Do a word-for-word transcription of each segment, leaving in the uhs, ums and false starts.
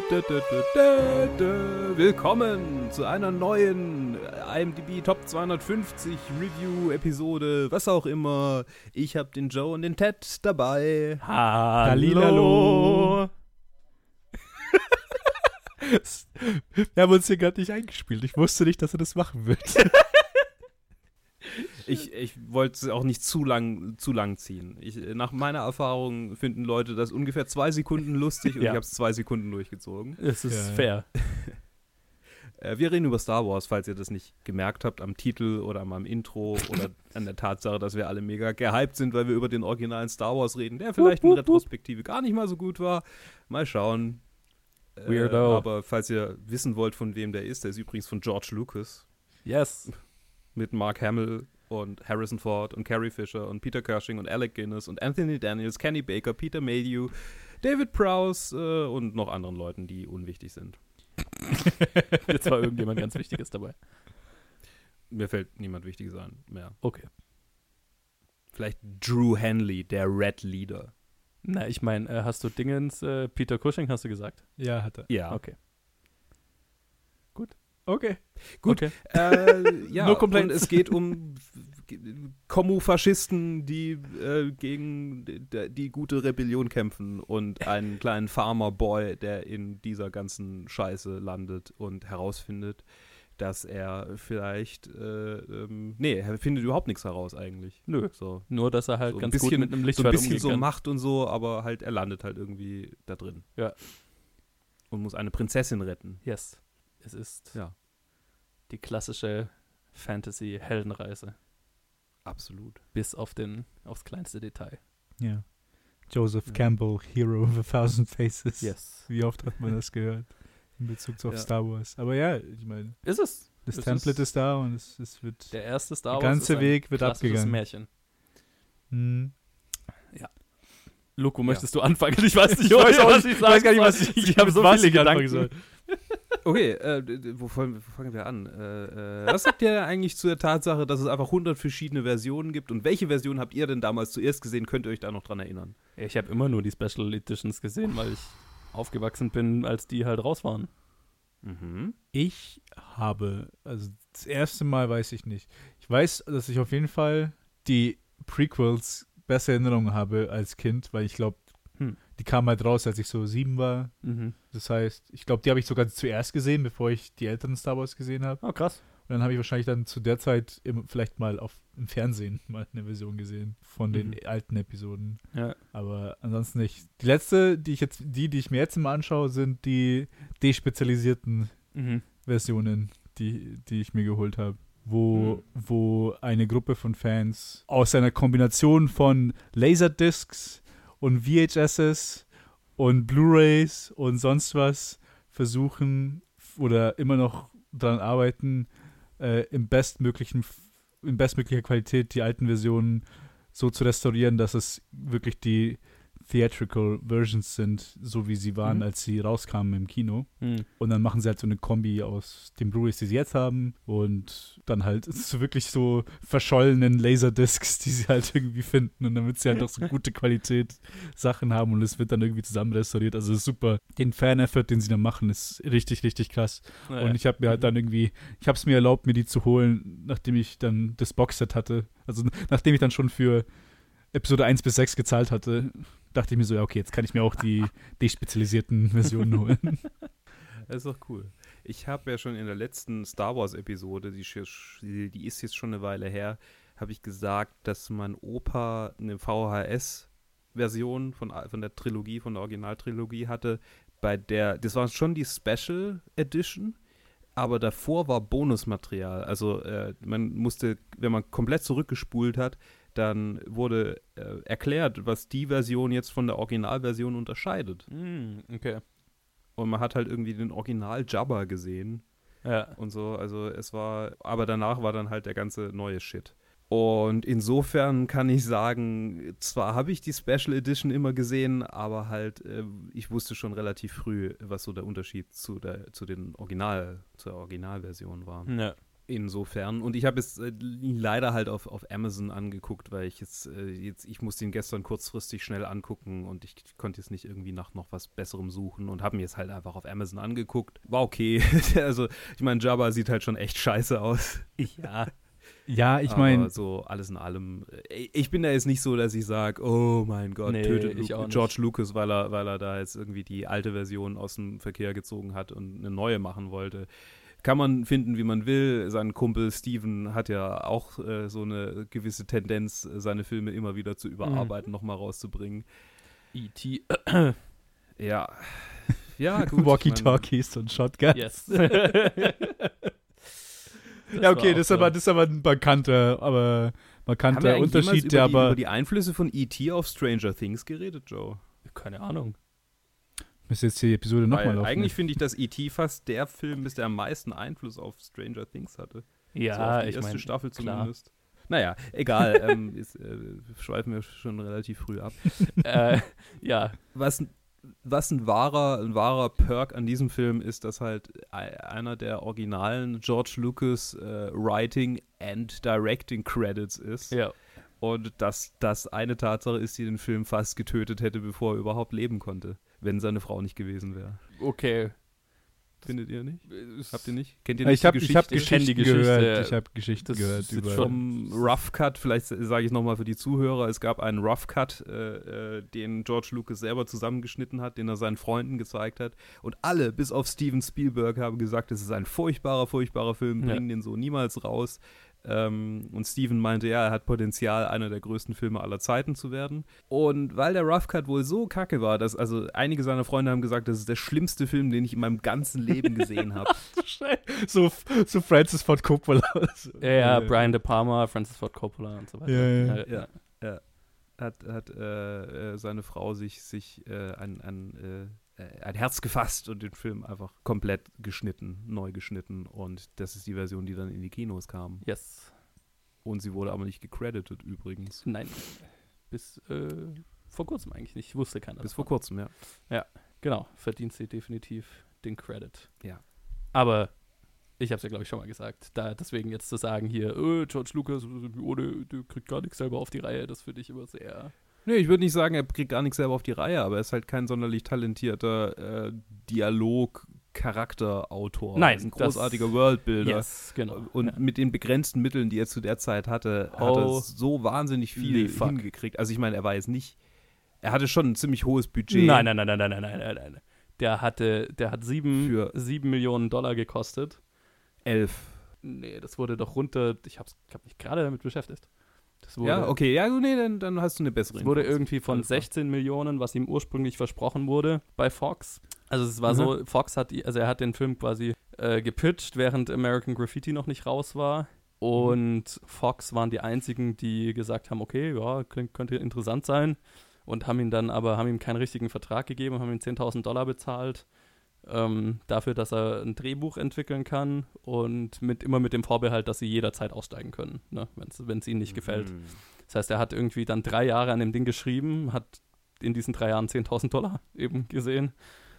dö, dö, dö, dö, dö. Willkommen zu einer neuen I M D B Top zweihundertfünfzig Review-Episode, was auch immer. Ich hab den Joe und den Ted dabei. Hallo. Wir haben uns hier gerade nicht eingespielt. Ich wusste nicht, dass er das machen wird. Ich, ich wollte es auch nicht zu lang, zu lang ziehen. Ich, nach meiner Erfahrung finden Leute das ungefähr zwei Sekunden lustig und Ja. ich habe es zwei Sekunden durchgezogen. Das ist Ja. fair. Äh, wir reden über Star Wars, falls ihr das nicht gemerkt habt, am Titel oder am Intro oder an der Tatsache, dass wir alle mega gehypt sind, weil wir über den originalen Star Wars reden, der vielleicht in Retrospektive gar nicht mal so gut war. Mal schauen. Äh, Weirdo. aber falls ihr wissen wollt, von wem der ist, der ist übrigens von George Lucas Yes. mit Mark Hamill und Harrison Ford und Carrie Fisher und Peter Cushing und Alec Guinness und Anthony Daniels, Kenny Baker, Peter Mayhew, David Prowse äh, und noch anderen Leuten, die unwichtig sind. Jetzt war irgendjemand ganz Wichtiges dabei. Mir fällt niemand Wichtiges ein mehr. Okay. Vielleicht Drew Hanley, der Red Leader. Na, ich meine, äh, hast du Dingens, äh, Peter Cushing, hast du gesagt? Ja, hat er. Ja. Okay. Gut. Okay. Gut. Okay. Äh, ja, No und complaints. es geht um Kommu-Faschisten, die äh, gegen die, die gute Rebellion kämpfen und einen kleinen Farmer-Boy, der in dieser ganzen Scheiße landet und herausfindet, dass er vielleicht, äh, ähm, nee, er findet überhaupt nichts heraus eigentlich. Nö. So, Nur, dass er halt so ein ganz bisschen, gut mit einem so ein Lichtschwert bisschen umgehen so kann. Macht und so, aber halt, er landet halt irgendwie da drin. Ja. Und muss eine Prinzessin retten. Yes. Es ist Ja. die klassische Fantasy-Heldenreise. Absolut. Bis auf den, aufs kleinste Detail. Ja. Joseph Ja. Campbell, Hero of a Thousand Faces. Yes. Wie oft hat man das gehört? In Bezug auf Ja. Star Wars. Aber ja, ich meine, Ist es. das Es Template ist, da und es, es wird. Der erste Star Wars Der ganze ist ein Weg wird klassisches abgegangen. Märchen. Hm. Loco, möchtest du anfangen? Ich weiß nicht, Ich weiß auch was nicht, ich ich weiß gar nicht, sagen was soll. ich- Ich habe so was viele ich anfangen Gedanken. Okay, äh, d- d- wo, fangen, wo fangen wir an? Äh, äh, was sagt ihr eigentlich zu der Tatsache, dass es einfach hundert verschiedene Versionen gibt? Und welche Version habt ihr denn damals zuerst gesehen? Könnt ihr euch da noch dran erinnern? Ich habe immer nur die Special Editions gesehen, weil ich aufgewachsen bin, als die halt raus waren. Mhm. Ich habe, also das erste Mal weiß ich nicht. Ich weiß, dass ich auf jeden Fall die Prequels besser Erinnerungen habe als Kind, weil ich glaube, Hm. die kamen halt raus, als ich so sieben war. Mhm. Das heißt, ich glaube, die habe ich sogar zuerst gesehen, bevor ich die älteren Star Wars gesehen habe. Oh, krass. Und dann habe ich wahrscheinlich dann zu der Zeit im, vielleicht mal auf im Fernsehen mal eine Version gesehen von den Mhm. alten Episoden. Ja. Aber ansonsten nicht. Die letzte, die ich jetzt, die, die ich mir jetzt immer anschaue, sind die despezialisierten Mhm. Versionen, die, die ich mir geholt habe. Wo, wo eine Gruppe von Fans aus einer Kombination von Laserdiscs und V H Ss und Blu-rays und sonst was versuchen oder immer noch daran arbeiten, äh, im bestmöglichen, in bestmöglicher Qualität die alten Versionen so zu restaurieren, dass es wirklich die Theatrical Versions sind, so wie sie waren, Mhm. als sie rauskamen im Kino. Mhm. Und dann machen sie halt so eine Kombi aus den Blu-rays, die sie jetzt haben und dann halt so wirklich so verschollenen Laserdiscs, die sie halt irgendwie finden und damit sie halt auch so gute Qualität Sachen haben und es wird dann irgendwie zusammen restauriert. Also es ist super. Den Fan-Effort, den sie da machen, ist richtig, richtig krass. Naja. Und ich habe mir halt dann irgendwie, ich habe es mir erlaubt, mir die zu holen, nachdem ich dann das Boxset hatte. Also nachdem ich dann schon für Episode eins bis sechs gezahlt hatte, dachte ich mir so, ja okay, jetzt kann ich mir auch die despezialisierten Versionen holen. Das ist doch cool. Ich habe ja schon in der letzten Star Wars-Episode, die, sch- die ist jetzt schon eine Weile her, habe ich gesagt, dass mein Opa eine V H S-Version von, von der Trilogie, von der Originaltrilogie hatte, bei der, das war schon die Special Edition, aber davor war Bonusmaterial. Also äh, man musste, wenn man komplett zurückgespult hat, dann wurde äh, erklärt, was die Version jetzt von der Originalversion unterscheidet. Mhm. Okay. Und man hat halt irgendwie den Original Jabba gesehen Ja. und so. Also es war, aber danach war dann halt der ganze neue Shit. Und insofern kann ich sagen, zwar habe ich die Special Edition immer gesehen, aber halt, äh, ich wusste schon relativ früh, was so der Unterschied zu der, zu den Original, zur Originalversion war. Ja. Insofern. Und ich habe es äh, leider halt auf, auf Amazon angeguckt, weil ich jetzt, äh, jetzt, ich musste ihn gestern kurzfristig schnell angucken und ich konnte jetzt nicht irgendwie nach noch was Besserem suchen und habe mir jetzt halt einfach auf Amazon angeguckt. War okay. Also, ich meine, Jabba sieht halt schon echt scheiße aus. Ja. Ja, ich meine, so alles in allem. äh, Ich bin da jetzt nicht so, dass ich sage, oh mein Gott, Nee, tötet ich Lu- auch nicht. George Lucas, weil er, weil er da jetzt irgendwie die alte Version aus dem Verkehr gezogen hat und eine neue machen wollte. Kann man finden, wie man will. Sein Kumpel Steven hat ja auch äh, so eine gewisse Tendenz, seine Filme immer wieder zu überarbeiten, nochmal rauszubringen. E T Ja. Ja, gut. Walkie-Talkies und Shotgun. Yes. Ja, okay, das ist, aber, das ist aber ein bekannter, aber Haben wir bekannter eigentlich Unterschied, jemals der über die, aber. über die Einflüsse von E T auf Stranger Things geredet, Joe? Keine Ahnung. Müsste jetzt die Episode nochmal Weil laufen. eigentlich finde ich, dass E T fast der Film ist, der am meisten Einfluss auf Stranger Things hatte. So Ja, auf die ich erste meine, Staffel klar. zumindest. Naja, egal. ähm, ist, äh, schweifen wir schon relativ früh ab. äh, ja, Was, was ein wahrer, ein wahrer Perk an diesem Film ist, dass halt e- einer der originalen George Lucas äh, Writing and Directing Credits ist. ja. Und dass das eine Tatsache ist, die den Film fast getötet hätte, bevor er überhaupt leben konnte, wenn seine Frau nicht gewesen wäre. Okay. Findet ihr nicht? Ist- Habt ihr nicht? Kennt ihr Ja, nicht ich habe die ich hab Geschichte? kenn die Geschichten Geschichte. gehört. Ich habe Geschichten Das gehört ist über. schon- Vom Rough Cut, vielleicht sage ich nochmal für die Zuhörer, es gab einen Rough Cut, äh, äh, den George Lucas selber zusammengeschnitten hat, den er seinen Freunden gezeigt hat. Und alle, bis auf Steven Spielberg, haben gesagt, es ist ein furchtbarer, furchtbarer Film, Ja. bringen den so niemals raus. Ähm, und Steven meinte, ja, er hat Potenzial, einer der größten Filme aller Zeiten zu werden. Und weil der Rough Cut wohl so kacke war, dass also einige seiner Freunde haben gesagt, das ist der schlimmste Film, den ich in meinem ganzen Leben gesehen habe. so, so Francis Ford Coppola. So. Ja, ja, Brian De Palma, Francis Ford Coppola und so weiter. Ja, ja. Ja. Ja, hat, hat äh, äh, seine Frau sich, sich äh, ein, ein, äh, ein Herz gefasst und den Film einfach komplett geschnitten, neu geschnitten. Und das ist die Version, die dann in die Kinos kam. Yes. Und sie wurde aber nicht gecredited übrigens. Nein. Bis äh, vor kurzem eigentlich nicht. Ich wusste keiner. Bis vor davon. kurzem, ja. Genau, verdient sie definitiv den Credit. Ja. Aber ich habe es ja, glaube ich, schon mal gesagt. Da deswegen jetzt zu sagen hier, äh, George Lucas, oh, der, der kriegt gar nichts selber auf die Reihe, das finde ich immer sehr... Nee, ich würde nicht sagen, er kriegt gar nichts selber auf die Reihe, aber er ist halt kein sonderlich talentierter äh, Dialog-Charakterautor. Nein, Er ist ein das- großartiger Worldbuilder. Yes, genau. Und ja. mit den begrenzten Mitteln, die er zu der Zeit hatte, hat Oh. er so wahnsinnig viel Nee, fuck. hingekriegt. Also ich meine, er war jetzt nicht, er hatte schon ein ziemlich hohes Budget. Nein, nein, nein, nein, nein, nein, nein, nein, nein. Der hatte, der hat sieben, Für- sieben Millionen Dollar gekostet. Elf. Nee, das wurde doch runter, ich habe hab mich gerade damit beschäftigt. Das wurde, Ja, okay, ja, nee, dann, dann hast du eine bessere das wurde Information. irgendwie von Alles klar. sechzehn Millionen, was ihm ursprünglich versprochen wurde bei Fox. Also es war Mhm. so, Fox hat, die, also er hat den Film quasi äh, gepitcht, während American Graffiti noch nicht raus war. Und Fox waren die einzigen, die gesagt haben, okay, ja, klingt, könnte interessant sein. Und haben ihn dann aber, haben ihm keinen richtigen Vertrag gegeben, haben ihm zehntausend Dollar bezahlt. Ähm, dafür, dass er ein Drehbuch entwickeln kann und mit, immer mit dem Vorbehalt, dass sie jederzeit aussteigen können, ne, wenn es ihnen nicht gefällt. Mhm. Das heißt, er hat irgendwie dann drei Jahre an dem Ding geschrieben, hat in diesen drei Jahren zehntausend Dollar eben gesehen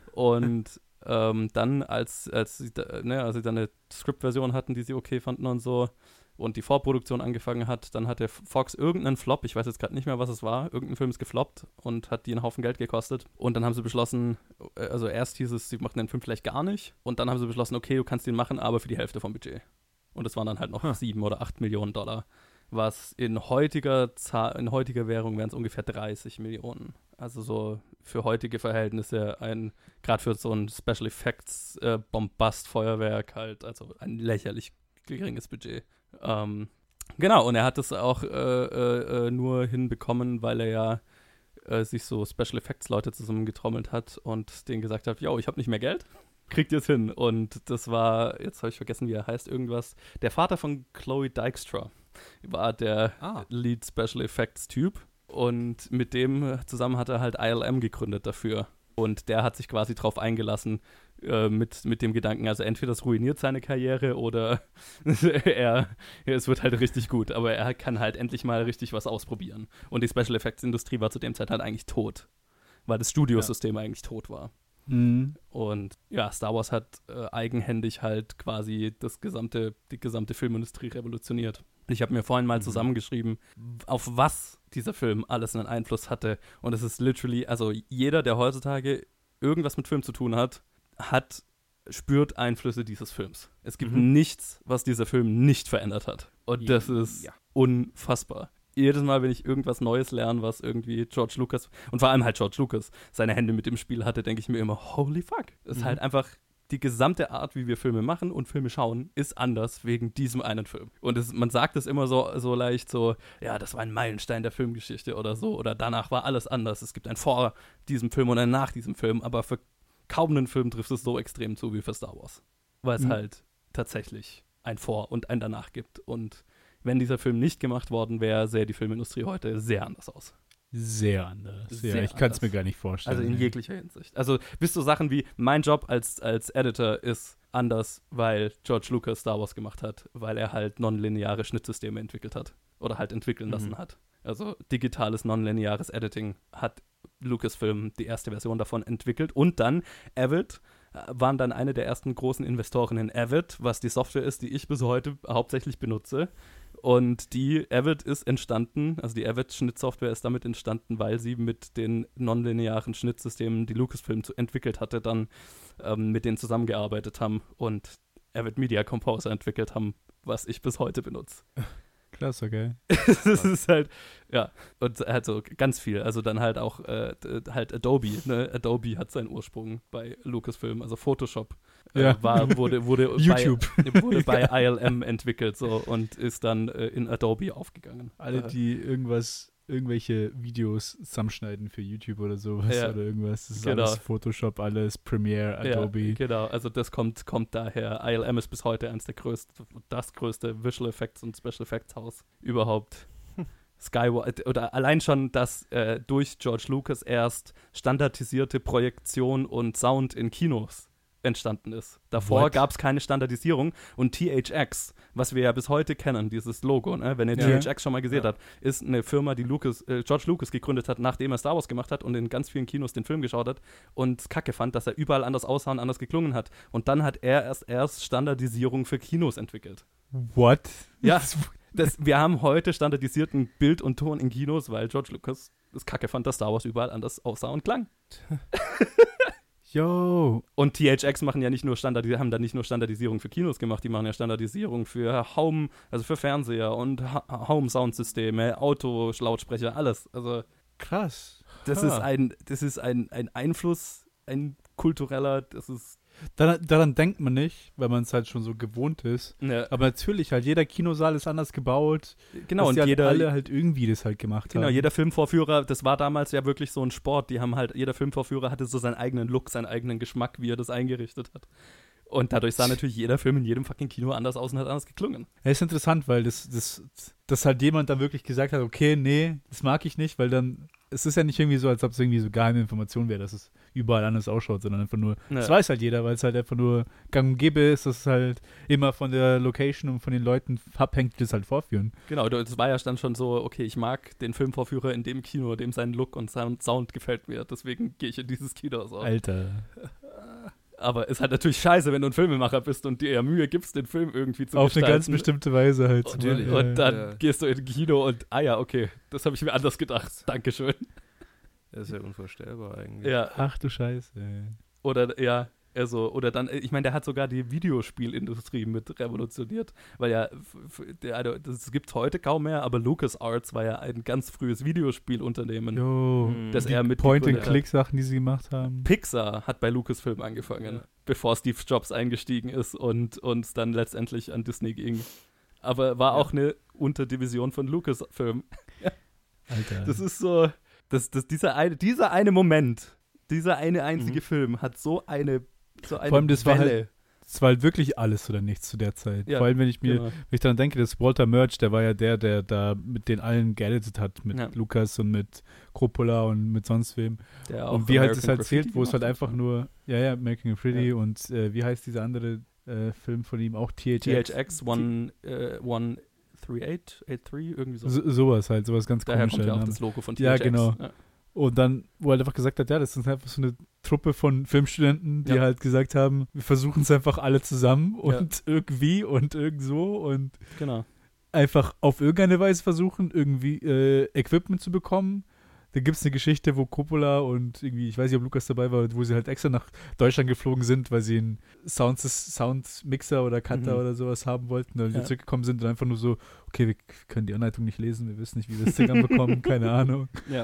und ähm, dann, als, als, sie, da- ne, als sie dann eine Script-Version hatten, die sie okay fanden und so und die Vorproduktion angefangen hat, dann hat der Fox irgendeinen Flop, ich weiß jetzt gerade nicht mehr, was es war, irgendein Film ist gefloppt und hat die einen Haufen Geld gekostet und dann haben sie beschlossen, äh, also erst hieß es, sie machen den Film vielleicht gar nicht und dann haben sie beschlossen, okay, du kannst den machen, aber für die Hälfte vom Budget. Und es waren dann halt noch Huh. sieben oder acht Millionen Dollar. Was in heutiger Zahl, in heutiger Währung wären es ungefähr dreißig Millionen. Also so für heutige Verhältnisse ein, gerade für so ein Special Effects äh, Bombast-Feuerwerk halt, also ein lächerlich geringes Budget. Ähm, genau, und er hat es auch äh, äh, äh, nur hinbekommen, weil er ja äh, sich so Special Effects Leute zusammengetrommelt hat und denen gesagt hat, yo, ich habe nicht mehr Geld, kriegt ihr es hin. Und das war, jetzt habe ich vergessen, wie er heißt, irgendwas, der Vater von Chloe Dykstra war der Ah. Lead Special Effects Typ und mit dem zusammen hat er halt I L M gegründet dafür. Und der hat sich quasi drauf eingelassen äh, mit, mit dem Gedanken, also entweder das ruiniert seine Karriere oder er, es wird halt richtig gut, aber er kann halt endlich mal richtig was ausprobieren. Und die Special Effects Industrie war zu dem Zeit halt eigentlich tot, weil das Studiosystem eigentlich tot war. Mhm. Und ja, Star Wars hat äh, eigenhändig halt quasi das gesamte, die gesamte Filmindustrie revolutioniert. Ich habe mir vorhin mal Mhm. zusammengeschrieben, auf was dieser Film alles einen Einfluss hatte. Und es ist literally, also jeder, der heutzutage irgendwas mit Film zu tun hat, hat, spürt Einflüsse dieses Films. Es gibt Mhm. nichts, was dieser Film nicht verändert hat. Und das ist Ja. unfassbar. Jedes Mal, wenn ich irgendwas Neues lerne, was irgendwie George Lucas, und vor allem halt George Lucas, seine Hände mit dem Spiel hatte, denke ich mir immer, holy fuck. Es ist Mhm. halt einfach, die gesamte Art, wie wir Filme machen und Filme schauen, ist anders wegen diesem einen Film. Und es, man sagt es immer so, so leicht so, ja, das war ein Meilenstein der Filmgeschichte oder so, oder danach war alles anders. Es gibt ein vor diesem Film und ein nach diesem Film, aber für kaum einen Film trifft es so extrem zu wie für Star Wars. Weil es Mhm. halt tatsächlich ein Vor und ein Danach gibt. Und wenn dieser Film nicht gemacht worden wäre, sähe die Filmindustrie heute sehr anders aus. Sehr anders. Sehr ja, ich kann es anders. mir gar nicht vorstellen. Also in ey. jeglicher Hinsicht. Also bis so Sachen wie, mein Job als, als Editor ist anders, weil George Lucas Star Wars gemacht hat, weil er halt nonlineare Schnittsysteme entwickelt hat. Oder halt entwickeln lassen Mhm. hat. Also digitales nonlineares Editing hat Lucasfilm die erste Version davon entwickelt. Und dann Avid äh, waren dann eine der ersten großen Investoren in Avid, was die Software ist, die ich bis heute hauptsächlich benutze. Und die Avid ist entstanden, also die Avid-Schnittsoftware ist damit entstanden, weil sie mit den nonlinearen Schnittsystemen, die Lucasfilm zu, entwickelt hatte, dann ähm, mit denen zusammengearbeitet haben und Avid Media Composer entwickelt haben, was ich bis heute benutze. Klasse, okay. Das ist halt, ja, und halt so ganz viel. Also dann halt auch äh, d- halt Adobe, ne? Adobe hat seinen Ursprung bei Lucasfilm, also Photoshop äh, Ja. war, wurde, wurde, YouTube. Bei, wurde bei I L M entwickelt so und ist dann äh, in Adobe aufgegangen. Alle, Äh, die irgendwas, irgendwelche Videos zusammenschneiden für YouTube oder sowas Ja. oder irgendwas. Das ist Genau. alles Photoshop, alles Premiere, Ja, Adobe. genau, also das kommt, kommt daher. I L M ist bis heute eines der größten, das größte Visual Effects und Special Effects Haus überhaupt. Skywalker, oder allein schon, dass äh, durch George Lucas erst standardisierte Projektion und Sound in Kinos entstanden ist. Davor What? gab es keine Standardisierung und T H X, was wir ja bis heute kennen, dieses Logo, ne? Wenn ihr Ja. T H X schon mal gesehen Ja. habt, ist eine Firma, die Lucas, äh, George Lucas gegründet hat, nachdem er Star Wars gemacht hat und in ganz vielen Kinos den Film geschaut hat und kacke fand, dass er überall anders aussah und anders geklungen hat. Und dann hat er erst erst Standardisierung für Kinos entwickelt. What? Ja, das, wir haben heute standardisierten Bild und Ton in Kinos, weil George Lucas das kacke fand, dass Star Wars überall anders aussah und klang. Yo. Und T H X machen ja nicht nur Standard, die haben da nicht nur Standardisierung für Kinos gemacht, die machen ja Standardisierung für Home, also für Fernseher und Ha- Home-Soundsysteme, Autolautsprecher, alles. Also Krass. das Ha. ist ein, das ist ein, ein Einfluss, ein kultureller, das ist Daran, daran denkt man nicht, weil man es halt schon so gewohnt ist. ne, Aber natürlich, halt jeder Kinosaal ist anders gebaut. genau, dass und die halt jeder, alle halt irgendwie das halt gemacht genau, haben. jeder Filmvorführer, das war damals ja wirklich so ein Sport, die haben halt, jeder Filmvorführer hatte so seinen eigenen Look, seinen eigenen Geschmack, wie er das eingerichtet hat. Und dadurch sah natürlich jeder Film in jedem fucking Kino anders aus und hat anders geklungen. Ja, ist interessant, weil das, das, dass halt jemand da wirklich gesagt hat, okay, nee, das mag ich nicht, weil dann, es ist ja nicht irgendwie so, als ob es irgendwie so geheime Information wäre, dass es überall anders ausschaut, sondern einfach nur, Ja. das weiß halt jeder, weil es halt einfach nur gang und gäbe ist, dass es halt immer von der Location und von den Leuten abhängt, die das halt vorführen. Genau, das war ja dann schon so, okay, ich mag den Filmvorführer in dem Kino, dem sein Look und Sound, Sound gefällt mir, deswegen gehe ich in dieses Kino. So. Alter. Aber ist halt natürlich scheiße, wenn du ein Filmemacher bist und dir ja Mühe gibst, den Film irgendwie zu Auf eine ganz gestalten. bestimmte Weise halt. zu Natürlich. machen, Und ja. dann Ja. gehst du in ein Kino und, ah ja, okay, das habe ich mir anders gedacht. Dankeschön. Das ist ja unvorstellbar eigentlich. Ja, Ach du Scheiße. oder ja, also, oder dann, ich meine, der hat sogar die Videospielindustrie mit revolutioniert, weil ja, f- f- der, also, das gibt es heute kaum mehr, aber LucasArts war ja ein ganz frühes Videospielunternehmen, Jo. Mhm. das Die er mit Point-and-Click-Sachen, die sie gemacht haben. Pixar hat bei Lucasfilm angefangen, Ja. bevor Steve Jobs eingestiegen ist und uns dann letztendlich an Disney ging. Aber war Ja. auch eine Unterdivision von Lucasfilm. Alter. Das ist so, das, das, dieser, eine, dieser eine Moment, dieser eine einzige Mhm. Film hat so eine, so eine Vor allem, das war Welle. Es war halt wirklich alles oder nichts zu der Zeit. Ja, Vor allem, wenn ich mir, Genau. wenn ich daran denke, dass Walter Murch, der war ja der, der da mit den allen geeditet hat, mit Ja. Lucas und mit Coppola und mit sonst wem. Der auch Und wie halt das American halt zählt, Graffiti wo es halt gemacht hat. einfach nur, ja, ja, Making a Pretty Ja. und äh, wie heißt dieser andere äh, Film von ihm, auch T H X. T H X one, äh, one three eight, eight three, irgendwie so. So, sowas halt, sowas ganz Daher komisch kommt ja halt. auch Name. das Logo von T Ja, H X. genau. Ja. Und dann, wo er halt einfach gesagt hat, ja, das ist einfach so eine Truppe von Filmstudenten, die Ja. halt gesagt haben, wir versuchen es einfach alle zusammen und Ja. irgendwie und irgend so und Genau. einfach auf irgendeine Weise versuchen, irgendwie äh, Equipment zu bekommen. Da gibt es eine Geschichte, wo Coppola und irgendwie, ich weiß nicht, ob Lukas dabei war, wo sie halt extra nach Deutschland geflogen sind, weil sie einen Sound Soundmixer oder Cutter Mhm. oder sowas haben wollten. Und Ja. wieder zurückgekommen sind und einfach nur so, okay, wir können die Anleitung nicht lesen, wir wissen nicht, wie wir das Ding anbekommen, keine Ahnung. Ja.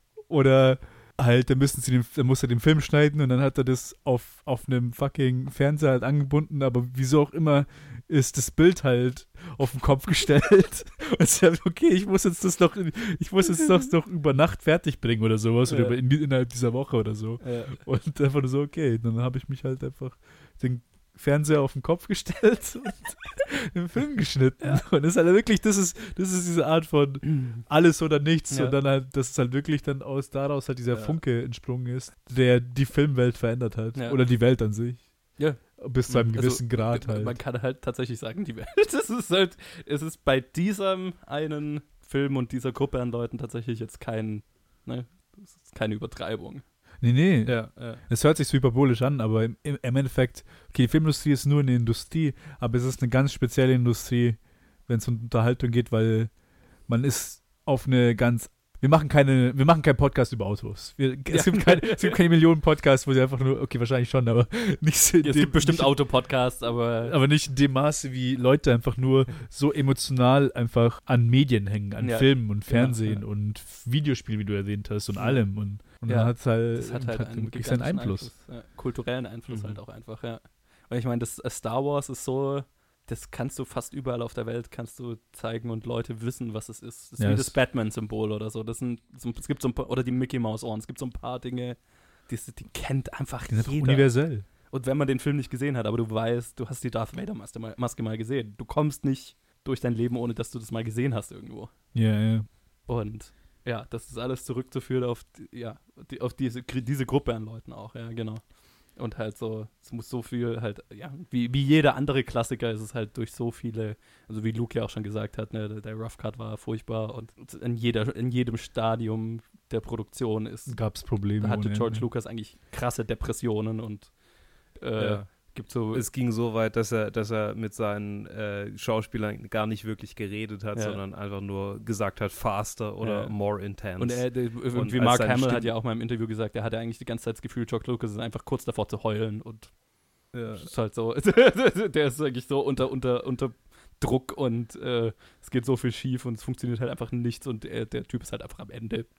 Oder halt, dann müssen sie den, dann muss er den Film schneiden und dann hat er das auf, auf einem fucking Fernseher halt angebunden, aber wieso auch immer ist das Bild halt auf den Kopf gestellt. Und ich dachte, okay, ich muss jetzt das noch, ich muss jetzt das noch über Nacht fertig bringen oder sowas Ja. oder über, in, innerhalb dieser Woche oder so. Ja. Und einfach nur so, okay, dann habe ich mich halt einfach den Fernseher auf den Kopf gestellt und den Film geschnitten. Ja. Und das ist halt wirklich, das ist, das ist diese Art von alles oder nichts. Ja. Und dann halt, dass es halt wirklich dann aus daraus halt dieser Ja. Funke entsprungen ist, der die Filmwelt verändert hat. Ja. Oder die Welt an sich. Ja. Bis zu einem Also, gewissen Grad halt. Man kann halt tatsächlich sagen, die Welt. Das ist halt, es ist bei diesem einen Film und dieser Gruppe an Leuten tatsächlich jetzt kein, ne, das ist keine Übertreibung. Nee, nee. Ja, ja. Es hört sich so hyperbolisch an, aber im, im Endeffekt, okay, die Filmindustrie ist nur eine Industrie, aber es ist eine ganz spezielle Industrie, wenn es um Unterhaltung geht, weil man ist auf eine ganz Wir machen keine, wir machen keinen Podcast über Autos. Wir, es, Ja. gibt keine, es gibt keine Millionen Podcasts, wo sie einfach nur, okay, wahrscheinlich schon, aber nicht so in Es dem- gibt bestimmt nicht, Autopodcasts, aber aber nicht in dem Maße, wie Leute einfach nur so emotional einfach an Medien hängen, an Ja. Filmen und Fernsehen ja. und Videospielen, wie du erwähnt hast, und Ja. allem. Und, und Ja. dann hat's halt, das hat halt hat einen wirklich seinen gigantischen Einfluss. Ja, kulturellen Einfluss Mhm. halt auch einfach, ja. Und ich meine, das äh, Star Wars ist so, das kannst du fast überall auf der Welt, kannst du zeigen und Leute wissen, was es ist. Das ist Ja, wie es- das Batman-Symbol oder so. Das sind, so- es gibt so ein paar, oder die Mickey-Maus-Ohren. Es gibt so ein paar Dinge, die, die kennt einfach Die sind einfach jeder. universell. Und wenn man den Film nicht gesehen hat, aber du weißt, du hast die Darth Vader-Maske mal, Maske mal gesehen. Du kommst nicht durch dein Leben, ohne dass du das mal gesehen hast irgendwo. Ja, ja. Und ja, das ist alles zurückzuführen auf, die, ja, die, auf diese, diese Gruppe an Leuten auch, ja, genau. Und halt so, es muss so viel halt, ja, wie, wie jeder andere Klassiker ist es halt durch so viele, also wie Luke ja auch schon gesagt hat, ne, der, der Rough Cut war furchtbar und in, jeder, in jedem Stadium der Produktion ist, Gab es Probleme. da hatte ohne George Ende. Lucas eigentlich krasse Depressionen und äh, Ja. gibt so, Es ging so weit, dass er, dass er mit seinen äh, Schauspielern gar nicht wirklich geredet hat, Ja. sondern einfach nur gesagt hat, faster oder Ja. more intense. und er, der, Und irgendwie als Mark seine Hamill hat Stimme- ja auch mal im Interview gesagt, er hatte eigentlich die ganze Zeit das Gefühl, George Lucas ist einfach kurz davor zu heulen und ja. das ist halt so, der ist eigentlich so unter, unter, unter Druck und äh, es geht so viel schief und es funktioniert halt einfach nichts und der, der Typ ist halt einfach am Ende.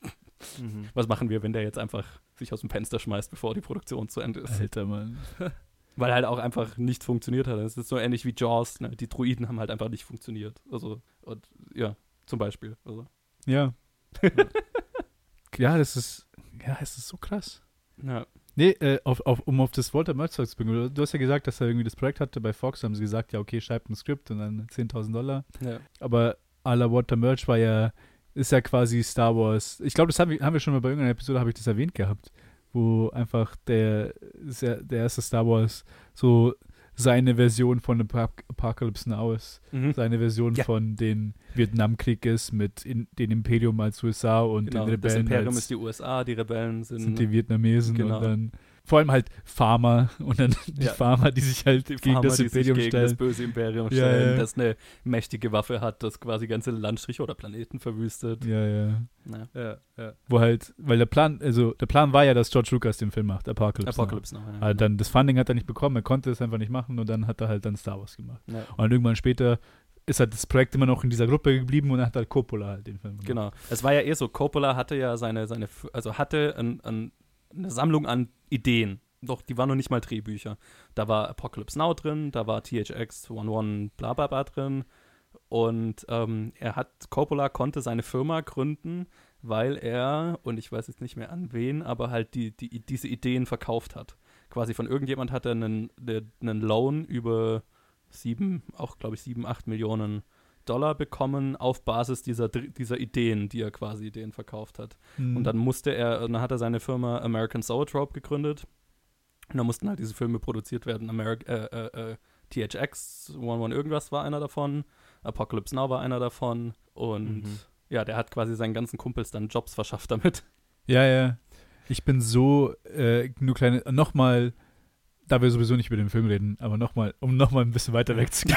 Mhm. Was machen wir, wenn der jetzt einfach sich aus dem Fenster schmeißt, bevor die Produktion zu Ende ist? Alter, Mann. Weil halt auch einfach nichts funktioniert hat. Es ist so ähnlich wie Jaws, ne? Die Droiden haben halt einfach nicht funktioniert. Also, und ja, zum Beispiel. Also, Ja. ja, das ist, ja, es ist so krass. ja. Nee, äh, auf, auf, um auf das Walter Mertzog zu bringen. Du hast ja gesagt, dass er irgendwie das Projekt hatte bei Fox, haben sie gesagt, ja, okay, schreibt ein Skript und dann zehntausend Dollar. ja. Aber à la Walter Murch war ja, ist ja quasi Star Wars. Ich glaube, das haben wir, haben wir schon mal bei irgendeiner Episode, habe ich das erwähnt gehabt, wo einfach der, ist ja der erste Star Wars so seine Version von Ap- Apocalypse Now ist. Mhm. Seine Version Ja. von den Vietnamkrieg ist mit in, den Imperium als U S A und Genau, den das Rebellen Imperium als ist die U S A, die Rebellen sind, sind die Vietnamesen Genau. und dann vor allem halt Farmer und dann die Ja. Farmer, die sich halt die gegen Farmer, das die sich Imperium gegen stellen. das böse Imperium Ja, stellen, ja. das eine mächtige Waffe hat, das quasi ganze Landstriche oder Planeten verwüstet. Ja, ja. Ja. Ja, ja. Wo halt, weil der Plan, also der Plan war ja, dass George Lucas den Film macht, Apocalypse. Apocalypse noch. Now. Aber dann das Funding hat er nicht bekommen, er konnte es einfach nicht machen und dann hat er halt dann Star Wars gemacht. Ja. Und dann irgendwann später ist halt das Projekt immer noch in dieser Gruppe geblieben und dann hat halt Coppola halt den Film gemacht. Genau. Es war ja eh so, Coppola hatte ja seine, seine F- also hatte ein, ein, eine Sammlung an Ideen. Doch, die waren noch nicht mal Drehbücher. Da war Apocalypse Now drin, da war T H X elf bla bla bla drin. Und ähm, er hat, Coppola konnte seine Firma gründen, weil er, und ich weiß jetzt nicht mehr an wen, aber halt die, die, diese Ideen verkauft hat. Quasi von irgendjemand hat er einen, einen Loan über sieben, auch glaube ich sieben, acht Millionen Dollar bekommen auf Basis dieser, dieser Ideen, die er quasi denen verkauft hat. Mhm. Und dann musste er, dann hat er seine Firma American Zoetrope gegründet. Und dann mussten halt diese Filme produziert werden. Ameri- äh, äh, äh, T H X elf irgendwas war einer davon. Apocalypse Now war einer davon. Und Mhm. ja, der hat quasi seinen ganzen Kumpels dann Jobs verschafft damit. Ja, ja. Ich bin so, äh, nur kleine, nochmal, da wir sowieso nicht über den Film reden, aber nochmal, um nochmal ein bisschen weiter wegzugehen.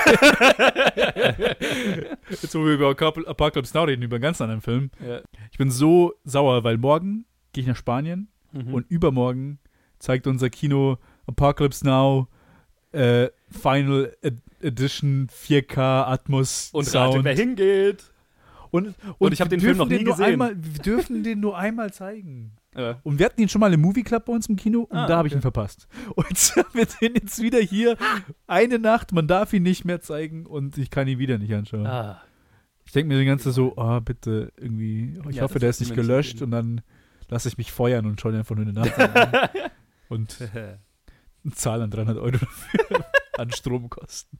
Jetzt, wo wir über Apocalypse Now reden, über einen ganz anderen Film. Ja. Ich bin so sauer, weil morgen gehe ich nach Spanien Mhm. und übermorgen zeigt unser Kino Apocalypse Now äh, Final Ed- Edition vier K Atmos Und Sound. rate, wer hingeht. Und, und, Und ich hab wir den Film dürfen noch nie den nur gesehen. Einmal, wir dürfen den nur einmal zeigen. Ja. Und wir hatten ihn schon mal im Movie Club bei uns im Kino und Ah, da habe ich okay. ihn verpasst. Und jetzt haben wir den jetzt wieder hier. Eine Nacht, man darf ihn nicht mehr zeigen und ich kann ihn wieder nicht anschauen. Ah. Ich denke mir die ganze Zeit so, oh, bitte, irgendwie, ich Ja, hoffe, das der wird ist nicht mir nicht gelöscht gehen. und dann lasse ich mich feuern und schaue ihn einfach nur eine Nacht an. Und zahle dann dreihundert Euro dafür an Stromkosten.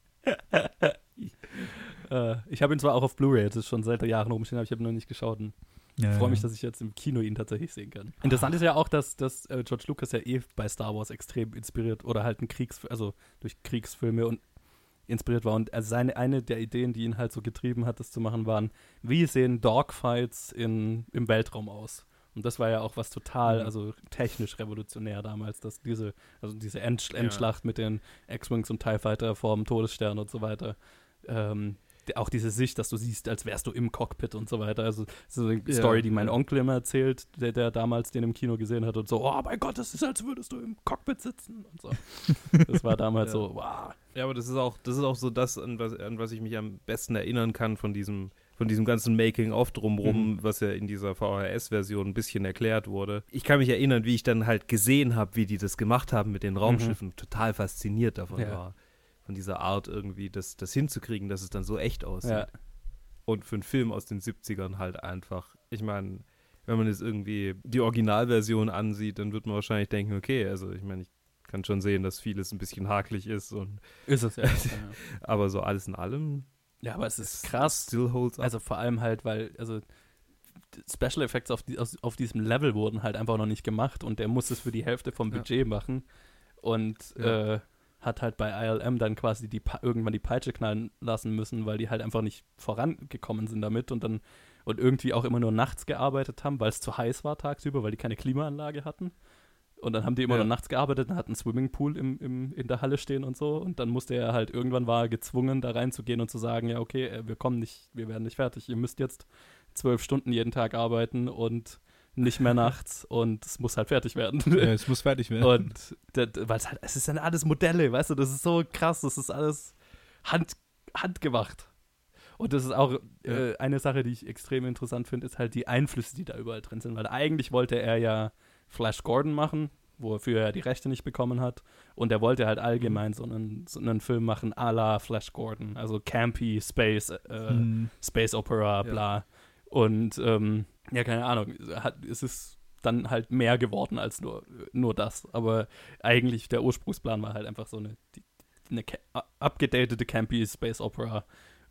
Äh, ich habe ihn zwar auch auf Blu-ray, das ist schon seit Jahren rumstehen, aber ich habe ihn noch nicht geschaut. Und Ja, ich freue mich, ja. dass ich jetzt im Kino ihn tatsächlich sehen kann. Interessant ist ja auch, dass, dass äh, George Lucas ja eh bei Star Wars extrem inspiriert oder halt ein Kriegs, also durch Kriegsfilme und inspiriert war. Und also seine, eine der Ideen, die ihn halt so getrieben hat, das zu machen, waren, wie sehen Dogfights in, im Weltraum aus? Und das war ja auch was total, Mhm. also technisch revolutionär damals, dass diese, also diese End Ja. Endschlacht mit den X-Wings und TIE Fighter vorm Todesstern und so weiter. Ähm, die- auch diese Sicht, dass du siehst, als wärst du im Cockpit und so weiter. Also so eine Ja, Story, die mein ja. Onkel immer erzählt, der, der damals den im Kino gesehen hat und so, oh mein Gott, das ist, als würdest du im Cockpit sitzen und so. Das war damals Ja. so, wow. Ja, aber das ist auch, das ist auch so das, an was, an was ich mich am besten erinnern kann von diesem, von diesem ganzen Making-of drumrum, Mhm. was ja in dieser V H S-Version ein bisschen erklärt wurde. Ich kann mich erinnern, wie ich dann halt gesehen habe, wie die das gemacht haben mit den Raumschiffen. Total fasziniert davon Ja. war. Von dieser Art irgendwie, das, das hinzukriegen, dass es dann so echt aussieht. Ja. Und für einen Film aus den siebzigern halt einfach, ich meine, wenn man jetzt irgendwie die Originalversion ansieht, dann wird man wahrscheinlich denken, okay, also ich meine, ich kann schon sehen, dass vieles ein bisschen hakelig ist und Ist es ja. ja. aber so alles in allem Ja, aber es ist krass. still holds up. Also vor allem halt, weil, also Special Effects auf, die, aus, auf diesem Level wurden halt einfach noch nicht gemacht und der muss es für die Hälfte vom Ja. Budget machen und Ja. äh, hat halt bei I L M dann quasi die Pa- irgendwann die Peitsche knallen lassen müssen, weil die halt einfach nicht vorangekommen sind damit und dann und irgendwie auch immer nur nachts gearbeitet haben, weil es zu heiß war tagsüber, weil die keine Klimaanlage hatten. Und dann haben die immer Ja. nur nachts gearbeitet und hatten einen Swimmingpool im, im, in der Halle stehen und so. Und dann musste er halt, irgendwann war er gezwungen, da reinzugehen und zu sagen, ja, okay, äh, wir kommen nicht, wir werden nicht fertig. Ihr müsst jetzt zwölf Stunden jeden Tag arbeiten und nicht mehr nachts und es muss halt fertig werden. Ja, es muss fertig werden. Und weil es halt, es ist dann alles Modelle, weißt du, das ist so krass, das ist alles hand, handgemacht. Und das ist auch äh, eine Sache, die ich extrem interessant finde, ist halt die Einflüsse, die da überall drin sind. Weil eigentlich wollte er ja Flash Gordon machen, wofür er die Rechte nicht bekommen hat. Und er wollte halt allgemein so einen, so einen Film machen à la Flash Gordon. Also campy, Space, äh, Hm. Space Opera, bla. Und ähm, ja, keine Ahnung, hat, es ist dann halt mehr geworden als nur, nur das. Aber eigentlich der Ursprungsplan war halt einfach so eine, die, eine ca- abgedatete campy Space Opera.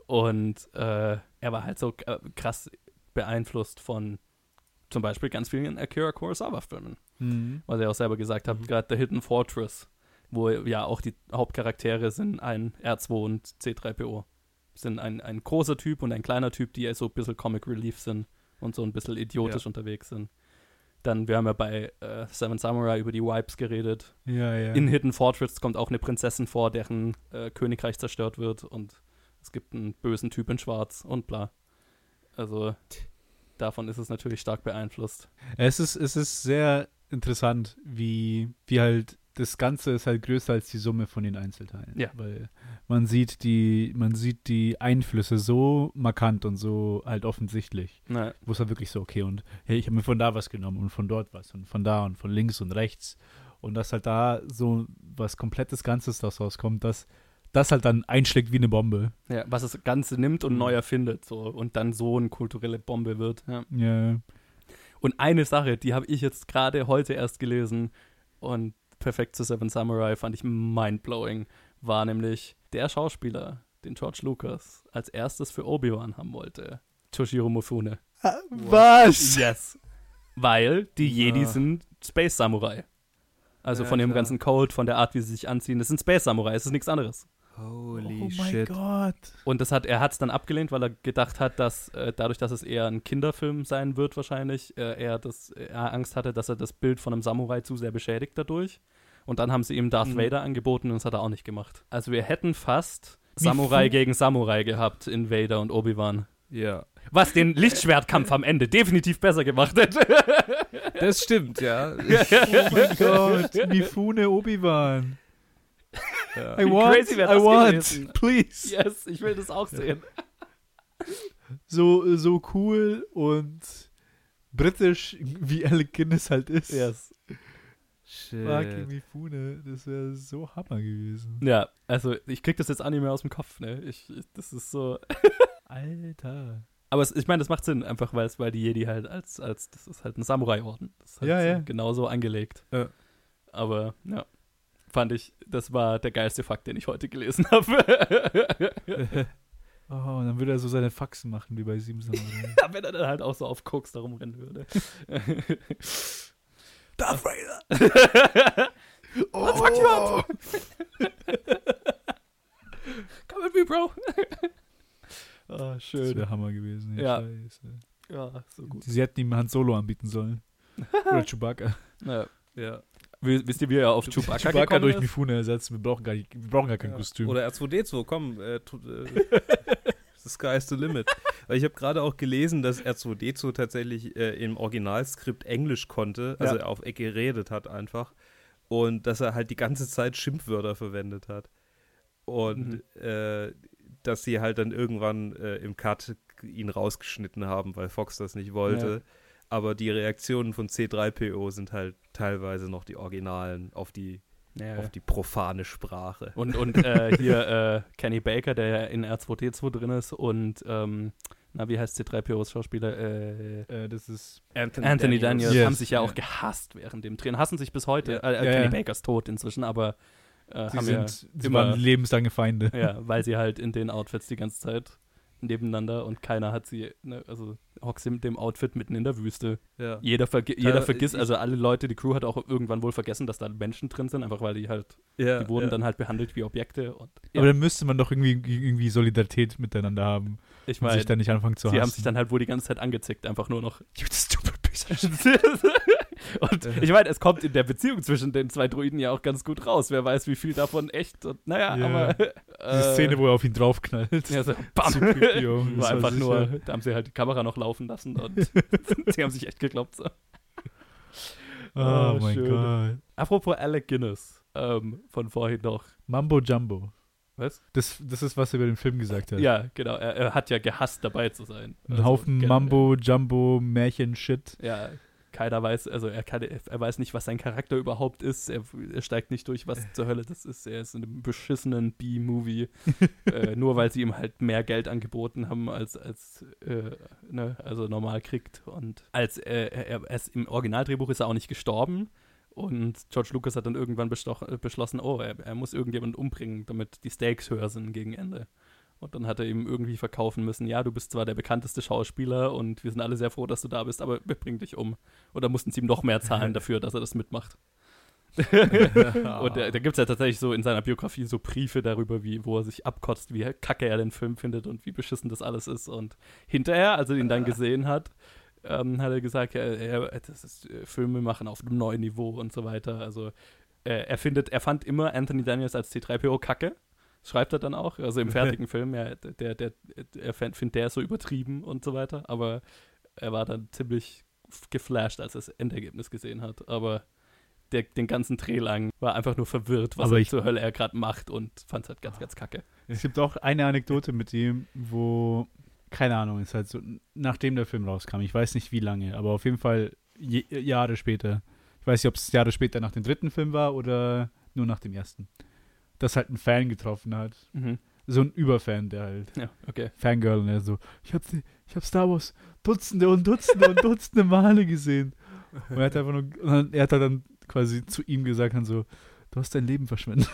Und äh, er war halt so äh, krass beeinflusst von zum Beispiel ganz vielen Akira Kurosawa-Filmen. Mhm. Was er auch selber gesagt hat, Mhm. gerade The Hidden Fortress, wo ja auch die Hauptcharaktere sind ein R zwei und C drei P O. Sind ein, ein großer Typ und ein kleiner Typ, die ja so ein bisschen Comic Relief sind und so ein bisschen idiotisch Ja. unterwegs sind. Dann, wir haben ja bei äh, Seven Samurai über die Wipes geredet. Ja, ja. In Hidden Fortress kommt auch eine Prinzessin vor, deren äh, Königreich zerstört wird und es gibt einen bösen Typ in Schwarz und bla. Also davon ist es natürlich stark beeinflusst. Es ist, es ist sehr interessant, wie, wie halt das Ganze ist halt größer als die Summe von den Einzelteilen. Ja. Weil man sieht die, man sieht die Einflüsse so markant und so halt offensichtlich. Na, Wo es halt wirklich so, okay, und hey, ich habe mir von da was genommen und von dort was und von da und von links und rechts. Und dass halt da so was komplettes Ganzes daraus rauskommt, dass das halt dann einschlägt wie eine Bombe. ja, was das Ganze nimmt und neu erfindet so und dann so eine kulturelle Bombe wird. Ja. Ja. Und eine Sache, die habe ich jetzt gerade heute erst gelesen und perfekt zu Seven Samurai fand ich mindblowing, war nämlich der Schauspieler, den George Lucas als erstes für Obi-Wan haben wollte. Toshiro Mifune. Was? Yes. Weil die Jedi Ja. sind Space Samurai. Also Ja, von dem klar. ganzen Code, von der Art, wie sie sich anziehen. Das sind Space Samurai, es ist nichts anderes. Holy oh mein shit. Gott. Und das hat, er hat es dann abgelehnt, weil er gedacht hat, dass äh, dadurch, dass es eher ein Kinderfilm sein wird wahrscheinlich, äh, er, das, er Angst hatte, dass er das Bild von einem Samurai zu sehr beschädigt dadurch. Und dann haben sie ihm Darth Mhm. Vader angeboten und das hat er auch nicht gemacht. Also wir hätten fast Wie Samurai fu- gegen Samurai gehabt in Vader und Obi-Wan. Ja. Was den Lichtschwertkampf am Ende definitiv besser gemacht hätte. Das stimmt, ja. Oh mein Gott. Mifune Obi-Wan. ja. I Wie want, crazy wär I das want, gewesen? please. Yes, ich will das auch sehen. So, so cool und britisch, wie Alec Guinness halt ist. Yes. Shit. Fucking Mifune, das wäre so Hammer gewesen. Ja, also ich krieg das jetzt auch nicht mehr aus dem Kopf, ne? Ich, ich, das ist so. Alter. Aber es, ich meine, das macht Sinn, einfach weil es, weil die Jedi halt als, als, das ist halt ein Samurai-Orden. Das ist halt Ja, so ja. genauso angelegt. Ja. Aber, ja, fand ich, das war der geilste Fakt, den ich heute gelesen habe. Oh, und dann würde er so seine Faxen machen, wie bei Sieben Samurai. Ja, wenn er dann halt auch so auf Koks da rumrennen würde. Darth Vader! Oh, fuck you up! Come with me, bro! Oh, Das schön. wäre Hammer gewesen. Ja. Scheiße. Ja, so gut. Sie hätten ihm Han Solo anbieten sollen. Oder Chewbacca. Ja. Ja. W- Wisst ihr, wie er auf Chewbacca, Chewbacca gekommen durch ist? Mifune ersetzen. Wir brauchen gar, nicht, wir brauchen gar kein Ja. Kostüm. Oder R zwei D zwei, komm. Äh, tu, äh, the sky is the limit. Weil ich habe gerade auch gelesen, dass R zwei D zwei tatsächlich äh, im Originalskript Englisch konnte, also Ja. auf Ecke geredet hat einfach. Und dass er halt die ganze Zeit Schimpfwörter verwendet hat. Und Mhm. äh, dass sie halt dann irgendwann äh, im Cut ihn rausgeschnitten haben, weil Fox das nicht wollte. Ja. Aber die Reaktionen von C drei P O sind halt teilweise noch die Originalen auf die, Ja, auf die profane Sprache. Und, und äh, hier äh, Kenny Baker, der ja in R zwei D zwei drin ist und, ähm, na, wie heißt C drei P Os Schauspieler? Äh, äh, das ist Anthony Daniels Yes. haben sich ja auch Ja. gehasst während dem Drehen. Hassen sich bis heute. Ja. Äh, äh, Ja, Kenny ja. Baker ist tot inzwischen, aber äh, Sie haben sind, ja sie immer- waren lebenslange Feinde. ja, weil sie halt in den Outfits die ganze Zeit nebeneinander und keiner hat sie, ne, also hockst mit dem Outfit mitten in der Wüste. Ja. Jeder, vergi Ja, jeder vergisst, ich- also alle Leute, die Crew hat auch irgendwann wohl vergessen, dass da Menschen drin sind, einfach weil die halt, Ja, die wurden ja. dann halt behandelt wie Objekte und Aber dann müsste man doch irgendwie, irgendwie Solidarität miteinander haben. ich Und meine, sich dann nicht anfangen zu sie hassen. haben sich dann halt wohl die ganze Zeit angezickt, einfach nur noch. You stupid piece of shit. Und ich meine, es kommt in der Beziehung zwischen den zwei Druiden ja auch ganz gut raus. Wer weiß, wie viel davon echt und naja, Ja. aber Die Szene, wo er auf ihn draufknallt. ja, so, bam. Zu creepy, oh. Das War war einfach nur, sicher- da haben sie halt die Kamera noch laufen lassen und sie haben sich echt geglaubt. So. Oh, Ah, mein schön. Gott. Apropos Alec Guinness, ähm, von vorhin noch. Mambo Jumbo. Was? Das, das ist, was er über den Film gesagt hat. Ja, genau. Er, er hat ja gehasst, dabei zu sein. Ein Also, Haufen generell. Mambo Jumbo Märchen-Shit. Ja, keiner weiß, also er, kann, er weiß nicht, was sein Charakter überhaupt ist. Er, er steigt nicht durch, was zur Hölle das ist. Er ist in einem beschissenen B-Movie. äh, nur weil sie ihm halt mehr Geld angeboten haben, als, als äh, ne, also normal kriegt. Und als äh, er, er ist im Originaldrehbuch ist er auch nicht gestorben. Und George Lucas hat dann irgendwann bestoch, äh, beschlossen, oh, er, er muss irgendjemanden umbringen, damit die Stakes höher sind gegen Ende. Und dann hat er ihm irgendwie verkaufen müssen, ja, du bist zwar der bekannteste Schauspieler und wir sind alle sehr froh, dass du da bist, aber wir bringen dich um. Und dann mussten sie ihm noch mehr zahlen dafür, dass er das mitmacht. Und da, da gibt es ja tatsächlich so in seiner Biografie so Briefe darüber, wie, wo er sich abkotzt, wie kacke er den Film findet und wie beschissen das alles ist. Und hinterher, als er ihn dann gesehen hat, ähm, hat er gesagt, ja, er, das ist äh, Filme machen auf einem neuen Niveau und so weiter. Also äh, er findet, er fand immer Anthony Daniels als C drei P O kacke. Schreibt er dann auch, also im fertigen Film, ja, der, der, er findet, der ist so übertrieben und so weiter, aber er war dann ziemlich geflasht, als er das Endergebnis gesehen hat. Aber der, den ganzen Dreh lang war einfach nur verwirrt, was Aber er ich- zur Hölle er gerade macht und fand es halt ganz, ganz kacke. Es gibt auch eine Anekdote mit ihm, wo, keine Ahnung, ist halt so, nachdem der Film rauskam, ich weiß nicht wie lange, aber auf jeden Fall je, Jahre später. Ich weiß nicht, ob es Jahre später nach dem dritten Film war oder nur nach dem ersten. Dass halt ein Fan getroffen hat. Mhm. So ein Überfan, der halt Ja, okay. Fangirl und er so, ich hab, die- ich hab Star Wars Dutzende und Dutzende und Dutzende Male gesehen. Und er hat einfach nur, und dann, er hat halt dann quasi zu ihm gesagt, dann so, du hast dein Leben verschwendet.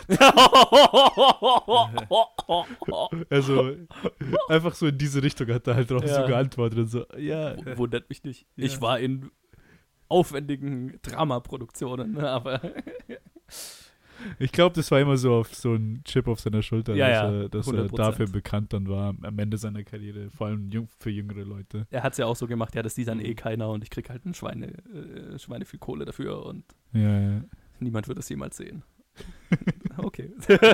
Also einfach so in diese Richtung hat er halt drauf Ja. so geantwortet und so, ja. W- Wundert mich nicht. Ja. Ich war in aufwendigen Dramaproduktionen, ne, aber Ich glaube, das war immer so auf so ein Chip auf seiner Schulter, Ja, dass, ja, er, dass er hundert Prozent. dafür bekannt dann war am Ende seiner Karriere, vor allem jung, für jüngere Leute. Er hat es ja auch so gemacht, ja, das sieht dann eh keiner und ich krieg halt ein Schweine, äh, Schweine viel Kohle dafür und Ja, ja. niemand wird es jemals sehen. Okay.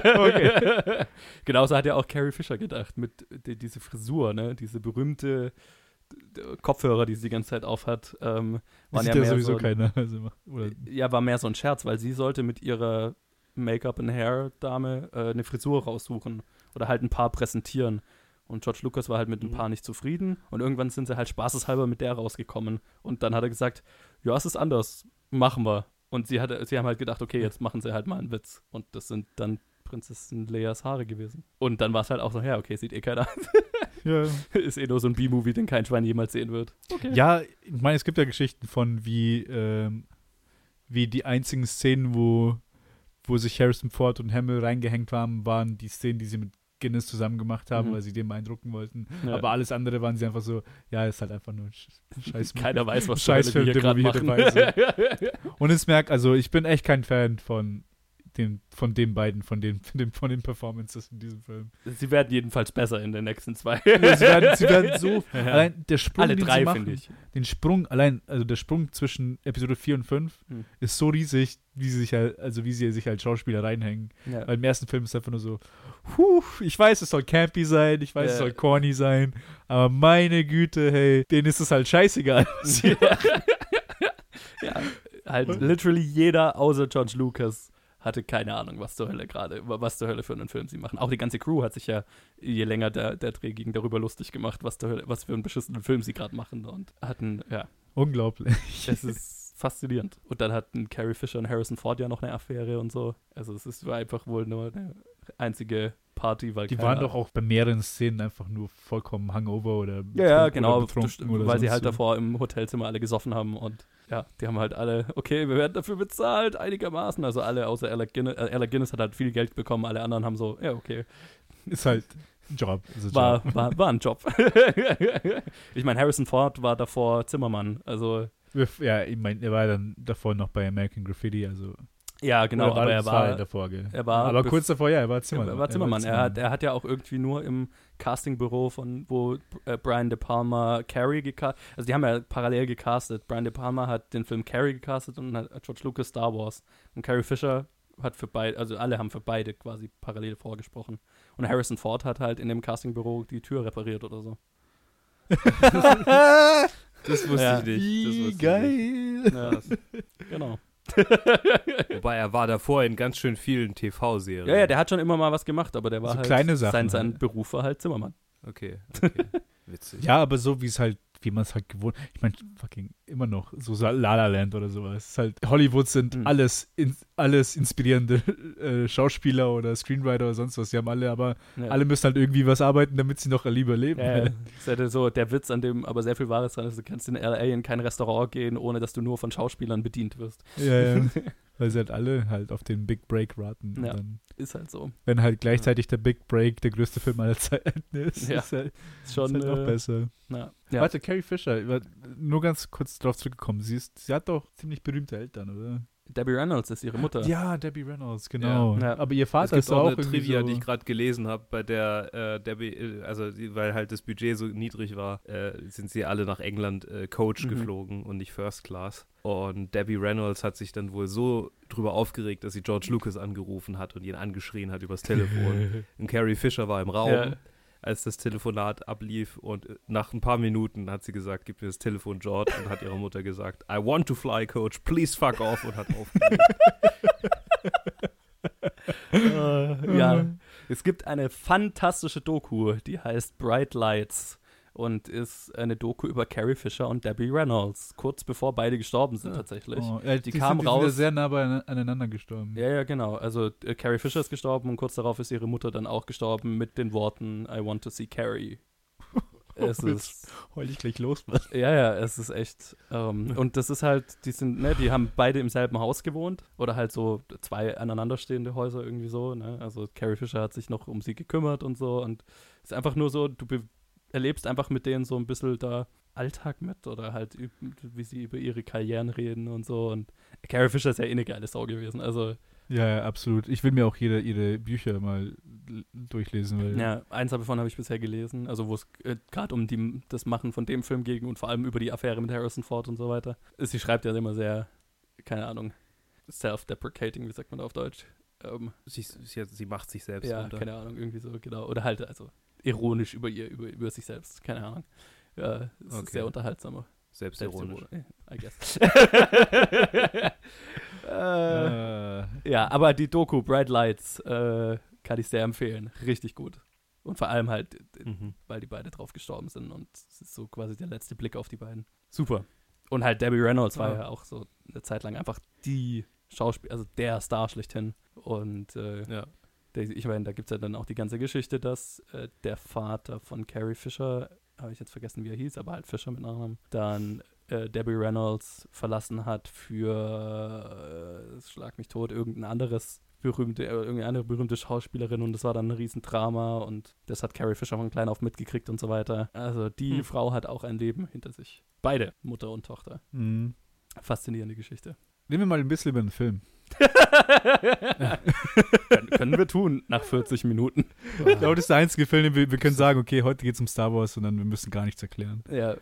Okay. Genauso hat ja auch Carrie Fisher gedacht, mit die, diese Frisur, ne, diese berühmte d- Kopfhörer, die sie die ganze Zeit aufhat, ähm, waren Sieht ja ja mehr sowieso so, keiner. Also, oder, ja, war mehr so ein Scherz, weil sie sollte mit ihrer Make-up-and-Hair-Dame äh, eine Frisur raussuchen oder halt ein Paar präsentieren. Und George Lucas war halt mit dem Mhm. Paar nicht zufrieden und irgendwann sind sie halt spaßeshalber mit der rausgekommen. Und dann hat er gesagt, ja, es ist anders, machen wir. Und sie, hatte, sie haben halt gedacht, okay, jetzt machen sie halt mal einen Witz. Und das sind dann Prinzessin Leias Haare gewesen. Und dann war es halt auch so, ja, okay, sieht eh keiner. ja. Ist eh nur so ein B-Movie, den kein Schwein jemals sehen wird. Okay. ja, ich meine, es gibt ja Geschichten von, wie, ähm, wie die einzigen Szenen, wo, wo sich Harrison Ford und Hamill reingehängt haben, waren die Szenen, die sie mit Guinness zusammen gemacht haben, Mhm. weil sie den beeindrucken wollten. Ja. Aber alles andere waren sie einfach so, ja, ist halt einfach nur ein Sch- Scheiß. Keiner weiß, was zur Scheißfilm, Hölle wir den hier wir gerade hier machen. Und es merkt, also ich bin echt kein Fan von den, von den beiden, von den, von den, von den Performances in diesem Film. Sie werden jedenfalls besser in den nächsten zwei. Ja, sie, werden, sie werden so, Ja. allein der Sprung, Alle den drei, sie machen, finde ich. den Sprung, allein, also der Sprung zwischen Episode vier und fünf Hm. ist so riesig, wie sie sich halt, also wie sie sich als Schauspieler reinhängen. Ja. Weil im ersten Film ist es einfach nur so, huh, ich weiß, es soll campy sein, ich weiß, Ja. es soll corny sein, aber meine Güte, hey, denen ist es halt scheißegal. was sie machen. Ja, halt literally jeder außer George Lucas hatte keine Ahnung, was zur Hölle gerade, was zur Hölle für einen Film sie machen. Auch die ganze Crew hat sich ja, je länger der, der Dreh ging, darüber lustig gemacht, was, zur Hölle, was für einen beschissenen Film sie gerade machen und hatten, ja, Unglaublich. es ist faszinierend. Und dann hatten Carrie Fisher und Harrison Ford ja noch eine Affäre und so. Also es ist, war einfach wohl nur eine einzige Party, weil Die keiner- waren doch auch bei mehreren Szenen einfach nur vollkommen hungover oder Ja, ja, betrunken genau, oder betrunken oder weil sie sonst halt so. davor im Hotelzimmer alle gesoffen haben und ja, die haben halt alle, okay, wir werden dafür bezahlt, einigermaßen, also alle außer Alec Guinness, äh, Alec Guinness hat halt viel Geld bekommen, alle anderen haben so, ja, okay, Ist halt ein Job. Ist ein war, Job. war, war ein Job. Ich meine, Harrison Ford war davor Zimmermann, also Ja, ich meine, er war dann davor noch bei American Graffiti, also ja, genau, Oder war, aber er das war, er davor, gell? er war aber bef- kurz davor, ja, er war Zimmermann. er war Zimmermann, er hat, er hat ja auch irgendwie nur im Castingbüro von, wo äh, Brian De Palma Carrie gecastet, also die haben ja parallel gecastet, Brian De Palma hat den Film Carrie gecastet und hat George Lucas Star Wars und Carrie Fisher hat für beide, also alle haben für beide quasi parallel vorgesprochen und Harrison Ford hat halt in dem Castingbüro die Tür repariert oder so. Das wusste Ja. ich nicht. Das Wie wusste ich geil. Ja, das, genau. nicht. Wobei er war davor in ganz schön vielen T V-Serien. Ja, ja, der hat schon immer mal was gemacht, aber der war So halt, kleine Sachen sein, sein halt. Beruf war halt Zimmermann. Okay, okay. Witzig. Ja, aber so wie es halt, wie man es halt gewohnt, ich meine, fucking immer noch, so La La Land oder sowas. Es ist halt, Hollywood sind Mhm. alles, in, alles inspirierende äh, Schauspieler oder Screenwriter oder sonst was. Die haben alle, aber Ja. alle müssen halt irgendwie was arbeiten, damit sie noch lieber leben. Ja, ja. Das ist halt so der Witz, an dem aber sehr viel Wahres dran ist, du kannst in L A in kein Restaurant gehen, ohne dass du nur von Schauspielern bedient wirst. ja, ja. Weil sie halt alle halt auf den Big Break warten. Und Ja. dann, Ist halt so. wenn halt gleichzeitig der Big Break der größte Film aller Zeiten ist, Ja. ist halt, Ist schon ist halt noch äh, besser. na, ja. Warte, Carrie Fisher, wa- nur ganz kurz drauf zurückgekommen. Sie, ist, sie hat doch ziemlich berühmte Eltern, oder? Debbie Reynolds ist ihre Mutter. Ja, Debbie Reynolds, genau. Ja. Ja. Aber ihr Es Vater gibt ist auch auch eine irgendwie Trivia, so, die ich gerade gelesen habe, bei der äh, Debbie, äh, also die, weil halt das Budget so niedrig war, äh, sind sie alle nach England äh, Coach Mhm. geflogen und nicht First Class. Und Debbie Reynolds hat sich dann wohl so drüber aufgeregt, dass sie George Lucas angerufen hat und ihn angeschrien hat übers Telefon. Und Carrie Fisher war im Raum, Ja. als das Telefonat ablief und äh, nach ein paar Minuten hat sie gesagt, gib mir das Telefon, George, und hat ihrer Mutter gesagt, I want to fly, Coach, please fuck off, und hat aufgelegt. Äh, ja. Es gibt eine fantastische Doku, die heißt Bright Lights und ist eine Doku über Carrie Fisher und Debbie Reynolds, kurz bevor beide gestorben sind tatsächlich. Oh, ja, Die die, kam sind, die sind ja raus- sehr nah bei- aneinander gestorben. Ja, ja, genau. Also äh, Carrie Fisher ist gestorben und kurz darauf ist ihre Mutter dann auch gestorben mit den Worten I want to see Carrie. Es ist, Heul ich gleich los, Mann. ja, ja, es ist echt. Ähm, und das ist halt, die sind, ne, die haben beide im selben Haus gewohnt oder halt so zwei aneinanderstehende Häuser irgendwie so, ne? Also Carrie Fisher hat sich noch um sie gekümmert und so und es ist einfach nur so, du be- erlebst einfach mit denen so ein bisschen da Alltag mit oder halt, üb- wie sie über ihre Karrieren reden und so und Carrie Fisher ist ja eh eine geile Sau gewesen, also Ja, ja, absolut. Ich will mir auch jede, ihre Bücher mal l- durchlesen. Weil Ja, eins davon habe ich bisher gelesen, also wo es äh, gerade um die, das Machen von dem Film ging und vor allem über die Affäre mit Harrison Ford und so weiter. Sie schreibt ja immer sehr, keine Ahnung, self-deprecating, wie sagt man da auf Deutsch? Ähm, Sie, sie, sie macht sich selbst ja, runter. keine Ahnung, irgendwie so, genau. Oder halt, also ironisch über ihr, über, über sich selbst, keine Ahnung. Ja, es Okay. ist sehr unterhaltsamer. Selbstironisch. I guess. äh, äh, ja, aber die Doku Bright Lights äh, kann ich sehr empfehlen. Richtig gut. Und vor allem halt, äh, Mhm. weil die beide drauf gestorben sind und es ist so quasi der letzte Blick auf die beiden. Super. Und halt Debbie Reynolds war Ja. ja auch so eine Zeit lang einfach die Schauspiel, also der Star schlechthin. Und äh, Ja. der, ich meine, da gibt es ja dann auch die ganze Geschichte, dass äh, der Vater von Carrie Fisher, habe ich jetzt vergessen, wie er hieß, aber halt Fisher mit Nachnamen, dann äh, Debbie Reynolds verlassen hat für, äh, schlag mich tot, irgendein anderes berühmte, äh, irgendeine andere berühmte Schauspielerin und das war dann ein Riesendrama und das hat Carrie Fisher von klein auf mitgekriegt und so weiter. Also die Hm. Frau hat auch ein Leben hinter sich. Beide, Mutter und Tochter. mh. Faszinierende Geschichte. Reden wir mal ein bisschen über den Film. können, können wir tun, nach vierzig Minuten. Ich glaube, das ist der einzige Film, den wir, wir können sagen, okay, heute geht es um Star Wars und dann wir müssen gar nichts erklären. Ja.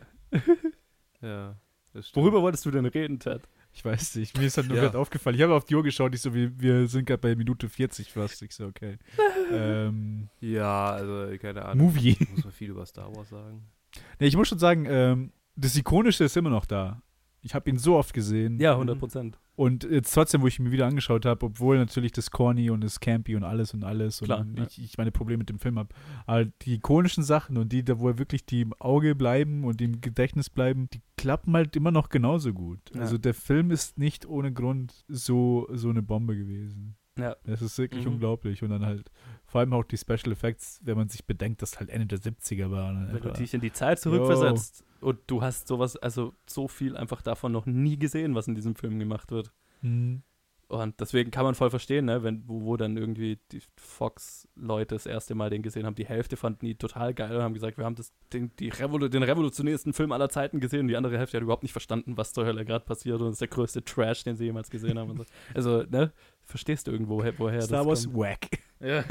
Ja. Das stimmt. Worüber wolltest du denn reden, Ted? Ich weiß nicht, mir ist halt nur Ja. gerade aufgefallen. Ich habe auf die Uhr geschaut, ich so, wir, wir sind gerade bei Minute vierzig fast. Ich so, okay. ähm, Ja, also keine Ahnung. Movie. Muss man viel über Star Wars sagen. Nee, ich muss schon sagen, ähm, das Ikonische ist immer noch da. Ich habe ihn so oft gesehen. Ja, hundert Prozent. Und jetzt trotzdem, wo ich ihn mir wieder angeschaut habe, obwohl natürlich das Corny und das Campy und alles und alles Klar, und ja. ich, ich meine Probleme mit dem Film habe, aber die ikonischen Sachen und die, da wo wirklich die im Auge bleiben und die im Gedächtnis bleiben, die klappen halt immer noch genauso gut. Ja. Also der Film ist nicht ohne Grund so, so eine Bombe gewesen. Ja. Das ist wirklich Mhm. unglaublich. Und dann halt, vor allem auch die Special Effects, wenn man sich bedenkt, dass halt Ende der siebziger war. Wenn du dich in die Zeit zurückversetzt und du hast sowas, also so viel einfach davon noch nie gesehen, was in diesem Film gemacht wird. Mhm. Und deswegen kann man voll verstehen, ne, wenn, wo, wo dann irgendwie die Fox-Leute das erste Mal den gesehen haben. Die Hälfte fanden die total geil und haben gesagt, wir haben das, den, die Revolu- den revolutionärsten Film aller Zeiten gesehen und die andere Hälfte hat überhaupt nicht verstanden, was zur Hölle gerade passiert und das ist der größte Trash, den sie jemals gesehen haben. Und so. Also, ne, verstehst du irgendwo, woher Star das Wars kommt? wack. Ja.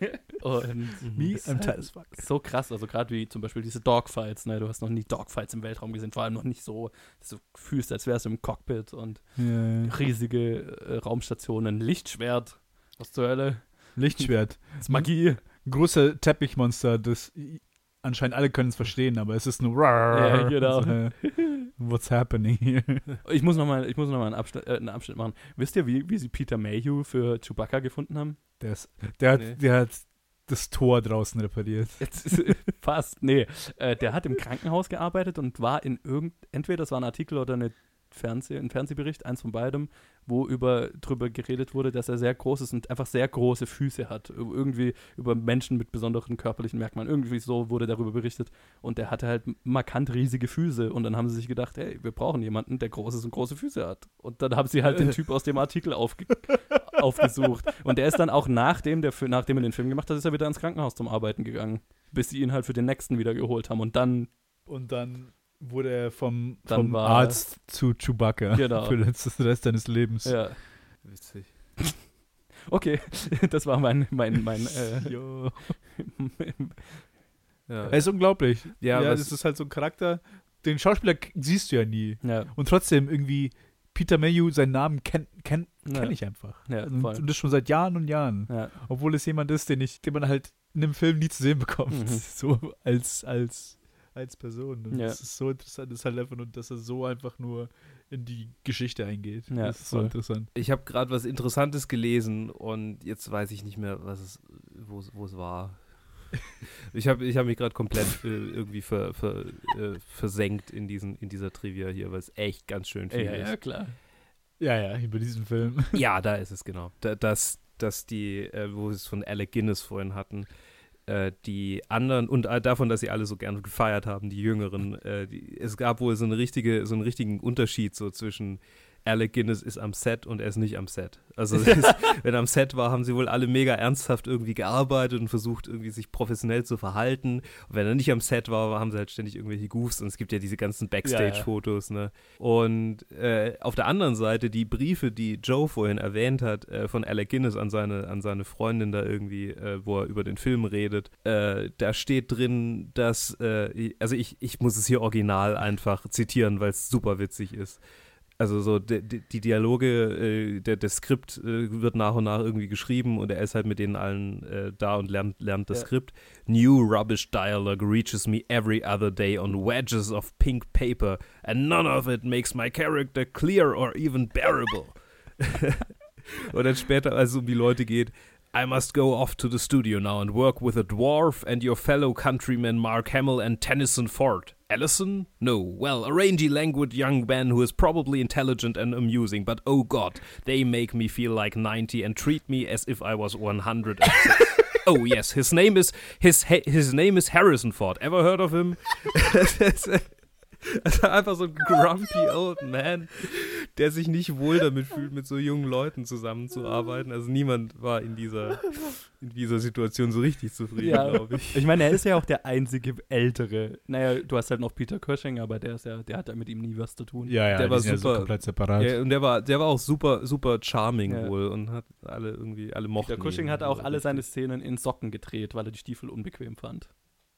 Und Me, ist I'm halt tight as fuck. so krass, also gerade wie zum Beispiel diese Dogfights, ne, du hast noch nie Dogfights im Weltraum gesehen, vor allem noch nicht so, dass du fühlst, als wärst du im Cockpit und Ja. riesige äh, Raumstationen, Lichtschwert, was zur Hölle, Lichtschwert. das ist Magie. Ein großer Teppichmonster, das anscheinend alle können es verstehen, aber es ist nur Ja, genau. so, äh, what's happening here? Ich muss nochmal noch mal einen, Abschnitt, äh, einen Abschnitt machen. Wisst ihr, wie, wie sie Peter Mayhew für Chewbacca gefunden haben? Der, ist, der, hat, Nee. der hat das Tor draußen repariert. Jetzt ist, fast, nee. Äh, der hat im Krankenhaus gearbeitet und war in irgend, entweder das war ein Artikel oder eine Fernseh, ein Fernsehbericht, eins von beidem, wo über drüber geredet wurde, dass er sehr groß ist und einfach sehr große Füße hat. Irgendwie über Menschen mit besonderen körperlichen Merkmalen. Irgendwie so wurde darüber berichtet. Und der hatte halt markant riesige Füße. Und dann haben sie sich gedacht, hey, wir brauchen jemanden, der groß ist und große Füße hat. Und dann haben sie halt den Typ aus dem Artikel aufge aufgesucht. Und der ist dann auch nachdem, der, Fi- nachdem er den Film gemacht hat, ist er wieder ins Krankenhaus zum Arbeiten gegangen. Bis sie ihn halt für den nächsten wieder geholt haben. Und dann, Und dann wurde er vom, Dann vom war- Arzt zu Chewbacca Genau. für den Rest seines Lebens. ja. Witzig. Okay, das war mein, mein, mein, äh, Jo. Ja. Er ist unglaublich. Ja, Ja, was- das ist halt so ein Charakter, den Schauspieler k- siehst du ja nie. ja, Und trotzdem irgendwie Peter Mayhew, seinen Namen kenn, kenn, Ja. kenn ich einfach. Ja, und, voll. und das schon seit Jahren und Jahren. ja. Obwohl es jemand ist, den ich, den man halt in einem Film nie zu sehen bekommt. Mhm. So als, als, als Person. Und Ja. das ist so interessant, das ist halt einfach nur, dass er so einfach nur in die Geschichte eingeht. Ja, das ist so voll. interessant. Ich habe gerade was Interessantes gelesen und jetzt weiß ich nicht mehr, was es, wo es, wo es war. Ich habe ich hab mich gerade komplett äh, irgendwie ver, ver, äh, versenkt in, diesen, in dieser Trivia hier, weil es echt ganz schön viel Ja, ist. ja, klar. Ja, ja, über diesen Film. Ja, da ist es genau. Da, dass, dass die, äh, wo wir es von Alec Guinness vorhin hatten, äh, die anderen, und äh, davon, dass sie alle so gerne gefeiert haben, die Jüngeren, äh, die, es gab wohl so, eine richtige, so einen richtigen Unterschied so zwischen Alec Guinness ist am Set und er ist nicht am Set. Also ist, wenn er am Set war, haben sie wohl alle mega ernsthaft irgendwie gearbeitet und versucht irgendwie sich professionell zu verhalten. Und wenn er nicht am Set war, haben sie halt ständig irgendwelche Goofs und es gibt ja diese ganzen Backstage-Fotos. Ne? Und äh, auf der anderen Seite die Briefe, die Joe vorhin erwähnt hat, äh, von Alec Guinness an seine, an seine Freundin da irgendwie, äh, wo er über den Film redet, äh, da steht drin, dass, äh, also ich, ich muss es hier original einfach zitieren, weil es super witzig ist. Also so die, die Dialoge, äh, der, der Skript äh, wird nach und nach irgendwie geschrieben und er ist halt mit denen allen äh, da und lernt, lernt das ja. Skript. New rubbish dialogue reaches me every other day on wedges of pink paper and none of it makes my character clear or even bearable. Und dann später, als es um die Leute geht, I must go off to the studio now and work with a dwarf and your fellow countrymen Mark Hamill and Tennyson Ford. Allison? No. Well, a rangy, languid young man who is probably intelligent and amusing, but oh god, they make me feel like ninety and treat me as if I was one hundred six. Oh yes, his name is his his name is Harrison Ford. Ever heard of him? Also einfach so ein grumpy old man, der sich nicht wohl damit fühlt, mit so jungen Leuten zusammenzuarbeiten. Also niemand war in dieser, in dieser Situation so richtig zufrieden, ja, glaube ich. Ich meine, er ist ja auch der einzige Ältere. Naja, du hast halt noch Peter Cushing, aber der ist ja, der hat ja mit ihm nie was zu tun. Ja, ja, der die war sind super, ja so komplett separat. Ja, und der war, der war auch super, super charming ja. wohl und hat alle irgendwie, alle mochten Peter Cushing ihn. hat auch alle seine Szenen in Socken gedreht, weil er die Stiefel unbequem fand.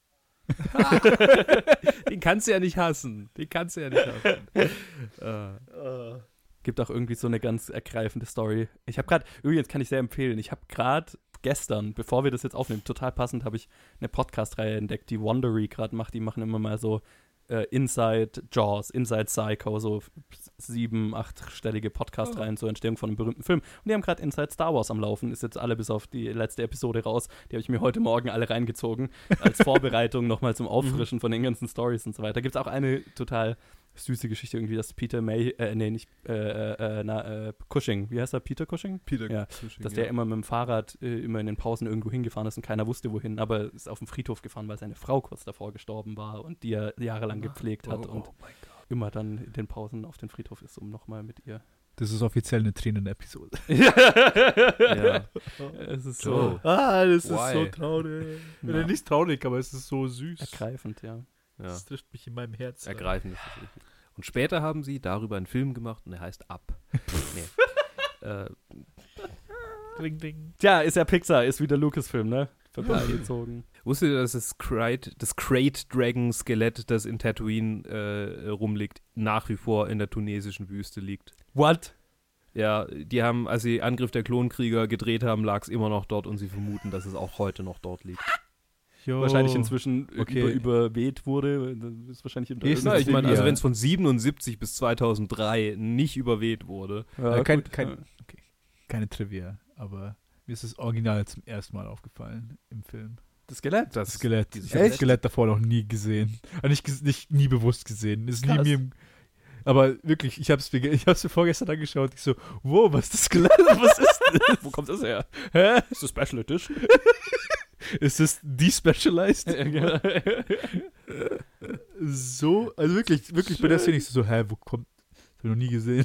Den kannst du ja nicht hassen. Den kannst du ja nicht hassen. uh. Uh. Gibt auch irgendwie so eine ganz ergreifende Story. Ich habe gerade, übrigens kann ich sehr empfehlen, ich habe gerade gestern, bevor wir das jetzt aufnehmen, total passend, habe ich eine Podcast-Reihe entdeckt, die Wondery gerade macht. Die machen immer mal so äh, Inside Jaws, Inside Psycho, so sieben-, achtstellige Podcast-Reihen zur Entstehung von einem berühmten Film. Und die haben gerade Inside Star Wars am Laufen. Ist jetzt alle bis auf die letzte Episode raus. Die habe ich mir heute Morgen alle reingezogen, als Vorbereitung nochmal zum Auffrischen von den ganzen Stories und so weiter. Da gibt es auch eine total süße Geschichte irgendwie, dass Peter May, äh, nee, nicht, äh, äh, na, äh, Cushing, wie heißt er, Peter Cushing? Peter ja, Cushing, dass der ja. immer mit dem Fahrrad äh, immer in den Pausen irgendwo hingefahren ist und keiner wusste wohin, aber ist auf dem Friedhof gefahren, weil seine Frau kurz davor gestorben war und die er jahrelang gepflegt hat oh, und oh mein Gott. immer dann in den Pausen auf den Friedhof ist, um nochmal mit ihr. Das ist offiziell eine Tränen-Episode. Ja. Es ist so. Oh. Ah, das Why? ist so traurig. Ja. Ja. Nicht traurig, aber es ist so süß. Ergreifend, ja. Ja. Das trifft mich in meinem Herzen. Ergreifend ist das richtig. Und später haben sie darüber einen Film gemacht und der heißt Up. nee. äh, Ding, ding. Tja, ist ja Pixar, ist wieder Lucasfilm, ne? Vorbeigezogen. Wusstet ihr, dass das Crate, das Crate Dragon Skelett, das in Tatooine äh, rumliegt, nach wie vor in der tunesischen Wüste liegt? What? Ja, die haben, als sie Angriff der Klonkrieger gedreht haben, lag es immer noch dort und sie vermuten, dass es auch heute noch dort liegt. Jo. Wahrscheinlich inzwischen Okay. über, überweht wurde. Das ist wahrscheinlich im Ist Ja, ich meine, ja. also wenn es von siebenundsiebzig bis zweitausenddrei nicht überweht wurde. Ja, Ja, kein, gut, kein, ja. okay. Keine Trivia, aber mir ist das Original zum ersten Mal aufgefallen im Film. Das Skelett? Das Das Skelett. dieses Ich habe das Echt? Skelett davor noch nie gesehen. Also nicht, ges- nicht nie bewusst gesehen. Ist nie Krass. mir im, aber wirklich, ich habe es mir, ge- ich hab's mir vorgestern angeschaut. Ich so, wow, was ist das Skelett? Was ist das? Wo kommt das her? Hä? Ist das Special Edition? Ist das despecialized? So, also wirklich, wirklich bei der Szene ich so, hä, wo kommt, das habe ich noch nie gesehen.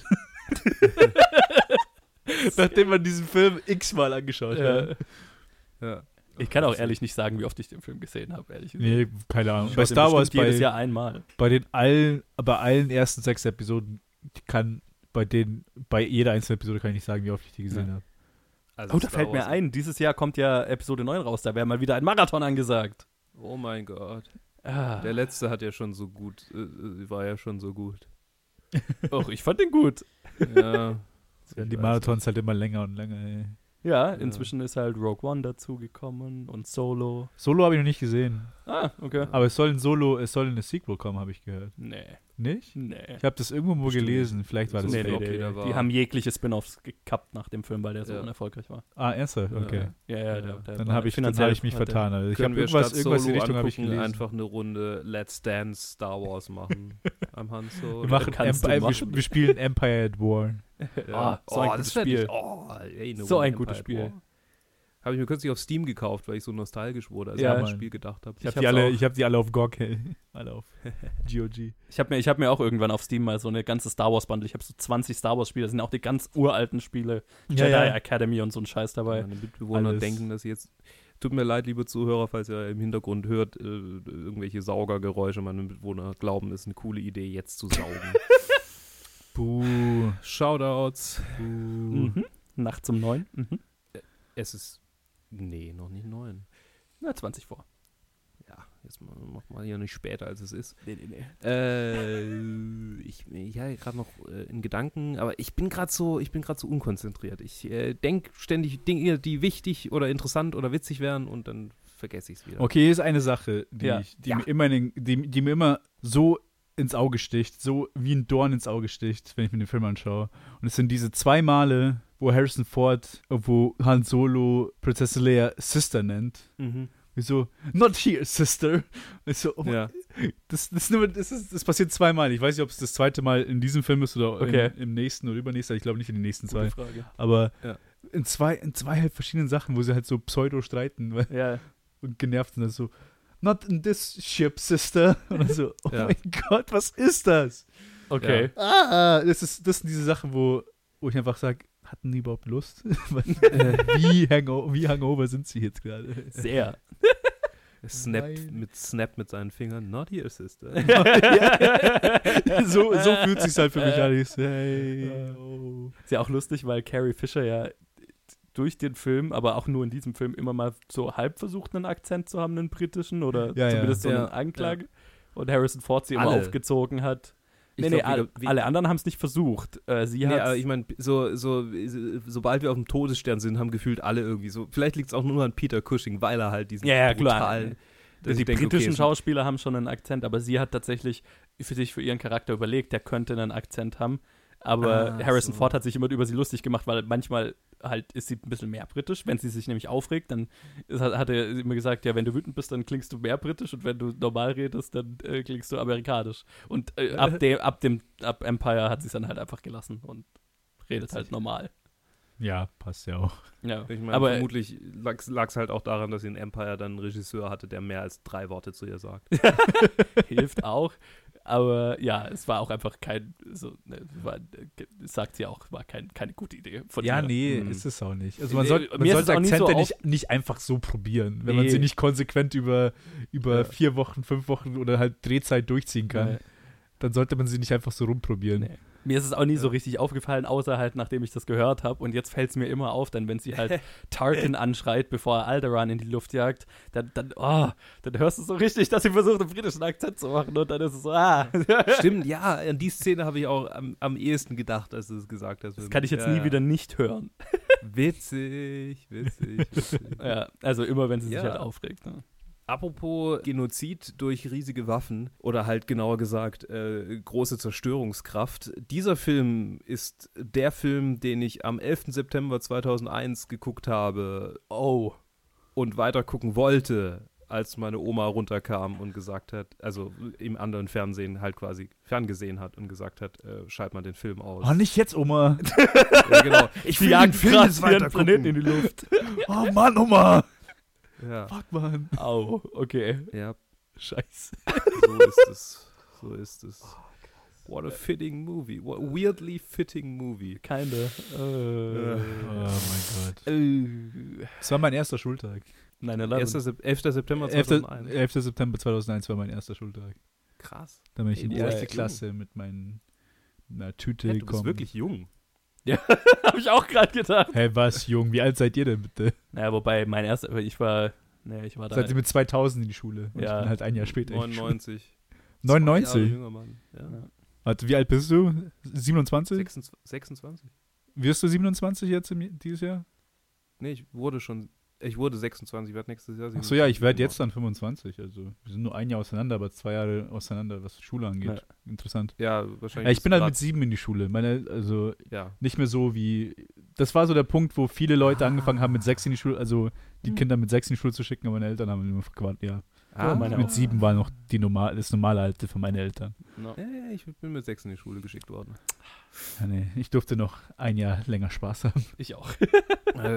Nachdem man diesen Film x-mal angeschaut Ja. hat. Ja. Ich kann auch ehrlich nicht sagen, wie oft ich den Film gesehen habe, ehrlich gesagt. Nee, keine Ahnung. Ich Bei schaue den Star Wars, bestimmt jedes bei, Jahr einmal. bei den allen, bei allen ersten sechs Episoden kann, bei den, bei jeder einzelnen Episode kann ich nicht sagen, wie oft ich die gesehen Ja. habe. Also Oh, da Star fällt mir Wars- ein, dieses Jahr kommt ja Episode neun raus, da wäre mal wieder ein Marathon angesagt. Oh mein Gott. Ah. Der letzte hat ja schon so gut, äh, war ja schon so gut. Och, ich fand den gut. Ja. Ja, die weiß Marathons halt immer länger und länger. Ey. Ja, inzwischen ist halt Rogue One dazugekommen und Solo. Solo habe ich noch nicht gesehen. Ah, okay. Aber es soll ein Solo, es soll ein Sequel kommen, habe ich gehört. Nee, Nicht? nee. Ich habe das irgendwo mal Bestimmt. gelesen. Vielleicht war das So Nee, nee, flop Fake. nee, wieder nee. war. Die haben jegliche Spin-Offs gekappt nach dem Film, weil der so Ja. unerfolgreich war. Ah, ernsthaft? Okay. Ja, ja, Ja. der, der Dann war habe ich, dann finanziell hab ich mich hat der- vertan. Also ich habe Können wir irgendwas, statt irgendwas in die Solo Richtung habe ich angucken, gelesen. einfach eine Runde Let's Dance Star Wars machen am Han Solo. Wir, machen kannst du Empire, wir, machen. wir spielen Empire at War. Ah, so ein gutes das wär Spiel. nicht- Oh, ey, eine So Runde ein gutes Empire at Spiel. War. Habe ich mir kürzlich auf Steam gekauft, weil ich so nostalgisch wurde, als Ja, ich an das Mann. Spiel gedacht habe. Ich habe hab's die, alle- auch. ich hab die alle auf G O G, alle auf G O G. Ich habe mir, ich hab mir auch irgendwann auf Steam mal so eine ganze Star Wars Bundle. Ich habe so zwanzig Star Wars Spiele, da sind auch die ganz uralten Spiele. Ja, Jedi ja. Academy und so ein Scheiß dabei. Meine Mitbewohner Alles. denken, dass sie jetzt. Tut mir leid, liebe Zuhörer, falls ihr im Hintergrund hört, äh, irgendwelche Saugergeräusche. Meine Mitbewohner glauben, es ist eine coole Idee, jetzt zu saugen. Buh. Shoutouts. Buh. Mhm. Nachts um neun. Mhm. Es ist. Nee, noch nicht neun. Na, zwanzig vor. Ja, jetzt mal, mach mal hier nicht später, als es ist. Nee, nee, nee. Äh, ich, ich habe gerade noch äh, in Gedanken, aber ich bin gerade so, ich bin gerade so unkonzentriert. Ich äh, denke ständig Dinge, die wichtig oder interessant oder witzig wären und dann vergesse ich es wieder. Okay, hier ist eine Sache, die, Ja. ich, die, Ja. Mir immer in den, die, die mir immer so ins Auge sticht, so wie ein Dorn ins Auge sticht, wenn ich mir den Film anschaue. Und es sind diese zwei Male, wo Harrison Ford, wo Han Solo Prinzessin Leia Sister nennt. Mhm. Wieso? Not here, Sister. Und ich so, oh mein- Ja. das, das, ist nur- das, ist, das passiert zweimal. Ich weiß nicht, ob es das zweite Mal in diesem Film ist oder Okay. in, im nächsten oder übernächsten. Ich glaube nicht in den nächsten zwei. Gute Frage. Aber Ja. in zwei, in zwei halt verschiedenen Sachen, wo sie halt so pseudo streiten weil, Ja. und genervt sind. Also so, not in this ship, Sister. Und dann so, oh Ja. mein Gott, was ist das? Okay. Ah, das, ist, das sind diese Sachen, wo, wo ich einfach sage, hatten die überhaupt Lust? Äh, wie, hango wie hangover sind sie jetzt gerade? Sehr. Snap Nein. mit Snap mit seinen Fingern. Not here, Sister. so, so fühlt sich halt für mich an. Ich so, hey, oh. Ist ja auch lustig, weil Carrie Fisher ja durch den Film, aber auch nur in diesem Film, immer mal so halb versucht, einen Akzent zu haben, einen britischen oder Ja, ja. zumindest so Ja, einen Anklage. Und Harrison Ford sie immer Alle. aufgezogen hat. Ich Nee, nee, glaub, alle, wie- alle anderen haben es nicht versucht. Äh, sie Nee, hat aber ich meine, so, so, sobald wir auf dem Todesstern sind, haben gefühlt alle irgendwie so. Vielleicht liegt es auch nur an Peter Cushing, weil er halt diesen Ja, ja, klar. brutalen. dass die ich denke, britischen okay, Schauspieler haben schon einen Akzent, aber sie hat tatsächlich für sich, für ihren Charakter überlegt, der könnte einen Akzent haben. Aber Ah, Harrison so. Ford hat sich immer über sie lustig gemacht, weil manchmal halt ist sie ein bisschen mehr britisch. Wenn sie sich nämlich aufregt, dann ist, hat, hat er immer gesagt, ja, wenn du wütend bist, dann klingst du mehr britisch und wenn du normal redest, dann äh, klingst du amerikanisch. Und äh, ab, dem, ab dem ab Empire hat sie es dann halt einfach gelassen und redet halt normal. Ja, passt ja auch. Ja, Ich meine, aber vermutlich lag es halt auch daran, dass sie in Empire dann einen Regisseur hatte, der mehr als drei Worte zu ihr sagt. hilft auch. Aber ja, es war auch einfach kein, so, ne, war, sagt sie auch, war kein, keine gute Idee von Ja, ihr. nee, Hm. ist es auch nicht. Also man, Nee, soll, man mir ist es sollte auch nie Akzente so nicht, nicht einfach so probieren, wenn man Nee. sie nicht konsequent über, über Ja. vier Wochen, fünf Wochen oder halt Drehzeit durchziehen kann. Nee. Dann sollte man sie nicht einfach so rumprobieren. Nee. Mir ist es auch nie so richtig aufgefallen, außer halt, nachdem ich das gehört habe. Und jetzt fällt es mir immer auf, denn wenn sie halt Tarkin anschreit, bevor er Alderaan in die Luft jagt, dann, dann, oh, dann hörst du so richtig, dass sie versucht, einen britischen Akzent zu machen. Und dann ist es so, ah. Stimmt, ja, an die Szene habe ich auch am, am ehesten gedacht, als du es gesagt hast. Das kann ich jetzt ja, nie ja. wieder nicht hören. Witzig, witzig, witzig. Ja, also immer, wenn sie sich Ja. halt aufregt. Ne? Apropos Genozid durch riesige Waffen oder halt genauer gesagt äh, große Zerstörungskraft. Dieser Film ist der Film, den ich am elften September zweitausendeins geguckt habe Oh. und weiter gucken wollte, als meine Oma runterkam und gesagt hat, also im anderen Fernsehen halt quasi ferngesehen hat und gesagt hat, äh, schalt mal den Film aus. Oh, nicht jetzt, Oma. Ja, genau. Ich Die will jagen den Film gerade jetzt ihren weiter Planeten gucken. in die Luft. Oh Mann, Oma. Ja, Fuck, Mann. Au, okay. ja, Scheiße. so ist es. So ist es. What a fitting movie. What a weirdly fitting movie. Keine. Äh, Oh mein Gott. äh, Das war mein erster Schultag. nein, nein, nein. elfter Sep- elfter September elfter zweitausendeins. elfter September zweitausendeins war mein erster Schultag. Krass. Da bin ich in die Ey, du bist erste jung. Klasse mit meinen, einer Tüte Hey, du bist gekommen. wirklich jung. Habe ich auch gerade gedacht. Hey, was, Jung? Wie alt seid ihr denn bitte? Naja, wobei mein erster, ich war, ne, ich war da. Seid ihr mit zweitausend in die Schule? Und Ja. ich bin halt ein Jahr später in die Schule. neunundneunzig. Zwei neunundneunzig? Jahre jünger, Mann. Ja. Ja. Warte, wie alt bist du? siebenundzwanzig? sechsundzwanzig. sechsundzwanzig. Wirst du siebenundzwanzig jetzt im, dieses Jahr? Nee, ich wurde schon, ich wurde sechsundzwanzig, ich werde nächstes Jahr Achso, ja, ich werde jetzt dann. dann fünfundzwanzig. Also, wir sind nur ein Jahr auseinander, aber zwei Jahre auseinander, was Schule angeht. Interessant. Ja, wahrscheinlich. Ja, ich bin halt grad- mit sieben in die Schule. Meine, also, Ja. nicht mehr so wie. Das war so der Punkt, wo viele Leute Ah. angefangen haben, mit sechs in die Schule, also die Hm. Kinder mit sechs in die Schule zu schicken, aber meine Eltern haben immer gewartet, ja. Ah, meine Mit auch. sieben war noch die normal, das normale Alter von meinen Eltern. No. Ja, ja, ich bin mit sechs in die Schule geschickt worden. Ja, nee, ich durfte noch ein Jahr länger Spaß haben. Ich auch. äh, ja.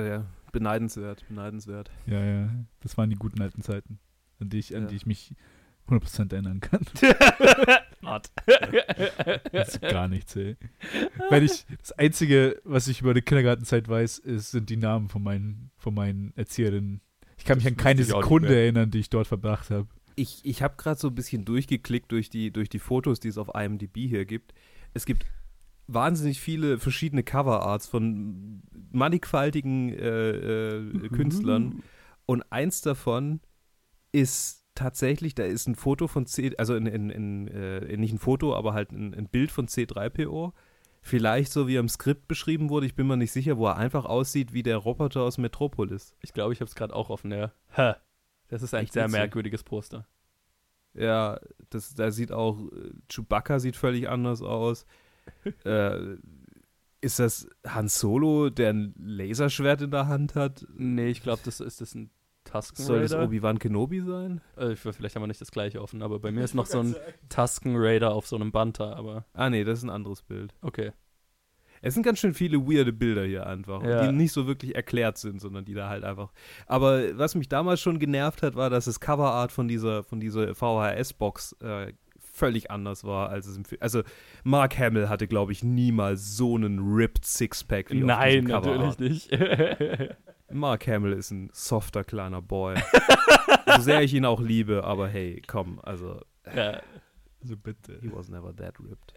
Beneidenswert, beneidenswert. Ja, ja, das waren die guten alten Zeiten, an die ich, an Ja. die ich mich hundert Prozent erinnern kann. Hart. Das ist gar nichts, ey. Wenn ich, das Einzige, was ich über die Kindergartenzeit weiß, ist, sind die Namen von meinen, von meinen Erzieherinnen. Ich kann mich Das an keine wüsste ich auch nicht Sekunde mehr. erinnern, die ich dort verbracht habe. Ich, ich habe gerade so ein bisschen durchgeklickt durch die, durch die Fotos, die es auf I M D B hier gibt. Es gibt wahnsinnig viele verschiedene Coverarts von mannigfaltigen äh, äh, Künstlern. Und eins davon ist tatsächlich, da ist ein Foto von C, also in, in, in, äh, nicht ein Foto, aber halt ein, ein Bild von C drei P O. Vielleicht so, wie er im Skript beschrieben wurde. Ich bin mir nicht sicher, wo er einfach aussieht wie der Roboter aus Metropolis. Ich glaube, ich habe es gerade auch offen, ja. Ha. Das ist ein Echt sehr witzig. merkwürdiges Poster. Ja, das, da sieht auch, äh, Chewbacca sieht völlig anders aus. äh, ist das Han Solo, der ein Laserschwert in der Hand hat? Nee, ich glaube, das ist das ein Tusken Soll das Raider. Obi-Wan Kenobi sein? Äh, vielleicht haben wir nicht das gleiche offen, aber bei mir ist noch so ein Tusken Raider auf so einem Banta, aber Ah nee, das ist ein anderes Bild. okay. Es sind ganz schön viele weirde Bilder hier einfach, Ja. die nicht so wirklich erklärt sind, sondern die da halt einfach. Aber was mich damals schon genervt hat, war, dass das Coverart von dieser, von dieser V H S-Box äh, völlig anders war, als es im Film. Also Mark Hamill hatte, glaube ich, niemals so einen ripped Sixpack wie auf Nein, diesem Coverart. natürlich nicht. Mark Hamill ist ein softer kleiner Boy. So sehr ich ihn auch liebe, aber hey, komm, also ja. Also bitte. he was never that ripped.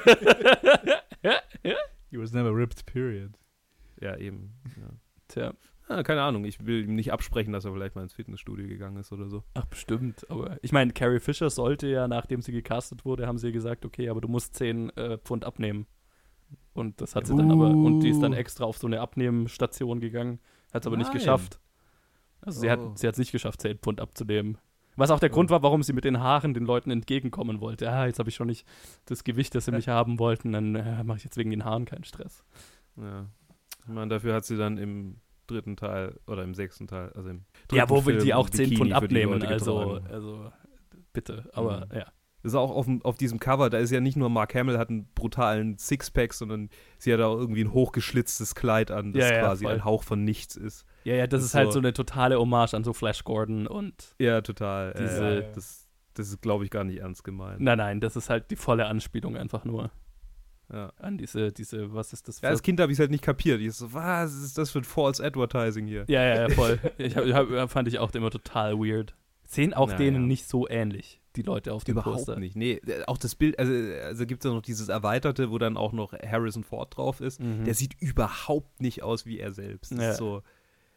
He was never ripped, period. Ja, eben. Ja. Tja, Ah, keine Ahnung, ich will ihm nicht absprechen, dass er vielleicht mal ins Fitnessstudio gegangen ist oder so. ach bestimmt. Aber ich meine, Carrie Fisher sollte ja, nachdem sie gecastet wurde, haben sie gesagt, okay, aber du musst zehn äh, Pfund abnehmen. Und das hat sie dann aber, und die ist dann Uh. extra auf so eine Abnehmstation gegangen, hat es aber nicht Nein. geschafft. Also sie Oh. hat sie hat es nicht geschafft, zehn Pfund abzunehmen. Was auch der Oh. Grund war, warum sie mit den Haaren den Leuten entgegenkommen wollte. Ah, jetzt habe ich schon nicht das Gewicht, das sie mich haben wollten, dann äh, mache ich jetzt wegen den Haaren keinen Stress. Ja. Ich meine, dafür hat sie dann im dritten Teil oder im sechsten Teil, also im dritten Ja, wo will Film die auch ein zehn Bikini Pfund für die abnehmen, Leute also, getragen. also bitte, aber Mhm. ja. Das ist auch auf, dem, auf diesem Cover, da ist ja nicht nur Mark Hamill hat einen brutalen Sixpack, sondern sie hat auch irgendwie ein hochgeschlitztes Kleid an, das Ja, ja, quasi voll. ein Hauch von nichts ist. Ja, ja, das Das ist ist halt so- so eine totale Hommage an so Flash Gordon und Ja, total. Diese- äh, Ja, ja. das, das ist, glaube ich, gar nicht ernst gemeint. nein, nein, das ist halt die volle Anspielung einfach nur Ja. an diese, diese, was ist das Ja, als Kind habe ich es halt nicht kapiert. Ich so, was ist das für ein False Advertising hier? Ja, ja, ja, voll. Ich hab, ich hab, fand ich auch immer total weird. Sehen auch Naja. denen nicht so ähnlich, die Leute auf dem Überhaupt Poster. nicht. Nee, äh, auch das Bild, also, also gibt es ja noch dieses Erweiterte, wo dann auch noch Harrison Ford drauf ist. Mhm. Der sieht überhaupt nicht aus wie er selbst. Das Ja. ist so,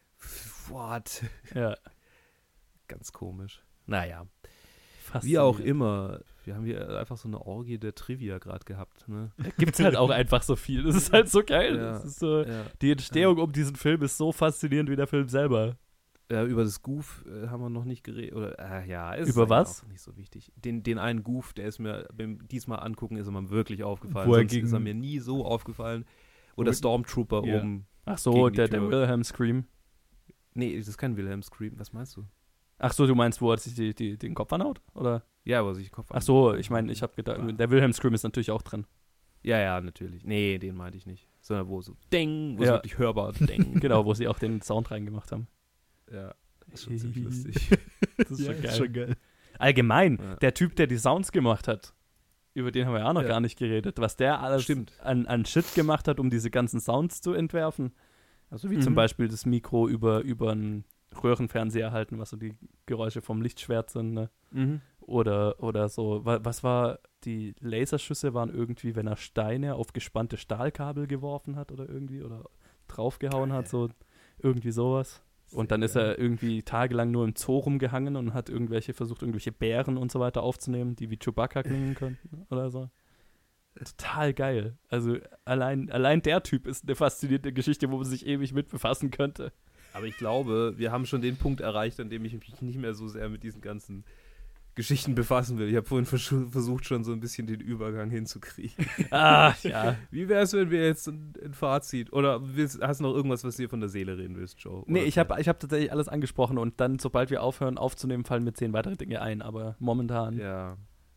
what? Ja, Ganz komisch. Naja, wie faszinierend. auch immer. Wir haben hier einfach so eine Orgie der Trivia gerade gehabt. Ne? Gibt's halt auch einfach so viel. Das ist halt so geil. Ja. Das ist so, Ja. die Entstehung um diesen Film ist so faszinierend wie der Film selber. Ja, über das Goof äh, haben wir noch nicht geredet. Oder, äh, ja, ist Über eigentlich was? auch nicht so wichtig. Den, den einen Goof, der ist mir beim diesmal angucken, ist mir wirklich aufgefallen. Wo er Sonst gegen- ist er mir nie so aufgefallen. Wo Wo- der Stormtrooper Ja. oben. Ach so, Gegen die der, der Tür. Wilhelm Scream. Nee, das ist kein Wilhelm Scream. Was meinst du? Ach so, du meinst, wo er sich die, die, den Kopf anhaut? Oder? Ja, wo sich der Kopf Ach so, ich meine, ich habe gedacht, der Wilhelm Scream ist natürlich auch drin. Ja, ja, natürlich. Nee, den meinte ich nicht. Sondern wo so Ding, wo es Ja. wirklich hörbar Ding. Genau, wo sie auch den Sound reingemacht haben. Ja, das ist schon ziemlich lustig. Das ist Ja, schon geil. ist schon geil. Allgemein, Ja. der Typ, der die Sounds gemacht hat, über den haben wir ja auch noch Ja. gar nicht geredet, was der alles Stimmt. an, an Shit gemacht hat, um diese ganzen Sounds zu entwerfen. Also wie zum Mhm. Beispiel das Mikro über, über einen Röhrenfernseher halten, was so die Geräusche vom Lichtschwert sind, ne? Mhm. Oder, oder so, wa- was war, die Laserschüsse waren irgendwie, wenn er Steine auf gespannte Stahlkabel geworfen hat oder irgendwie, oder draufgehauen hat, so irgendwie sowas. Und dann ist er irgendwie tagelang nur im Zoo rumgehangen und hat irgendwelche, versucht, irgendwelche Bären und so weiter aufzunehmen, die wie Chewbacca klingen könnten oder so. Total geil. Also allein, allein der Typ ist eine faszinierende Geschichte, wo man sich ewig mit befassen könnte. Aber ich glaube, wir haben schon den Punkt erreicht, an dem ich mich nicht mehr so sehr mit diesen ganzen Geschichten befassen will. Ich habe vorhin vers- versucht, schon so ein bisschen den Übergang hinzukriegen. Ah, ja. Wie wäre es, wenn wir jetzt ein, ein Fazit, oder willst, hast du noch irgendwas, was dir von der Seele reden willst, Joe? Nee, Oder- ich habe ich hab tatsächlich alles angesprochen und dann, sobald wir aufhören aufzunehmen, fallen mir zehn weitere Dinge ein, aber momentan. Ja,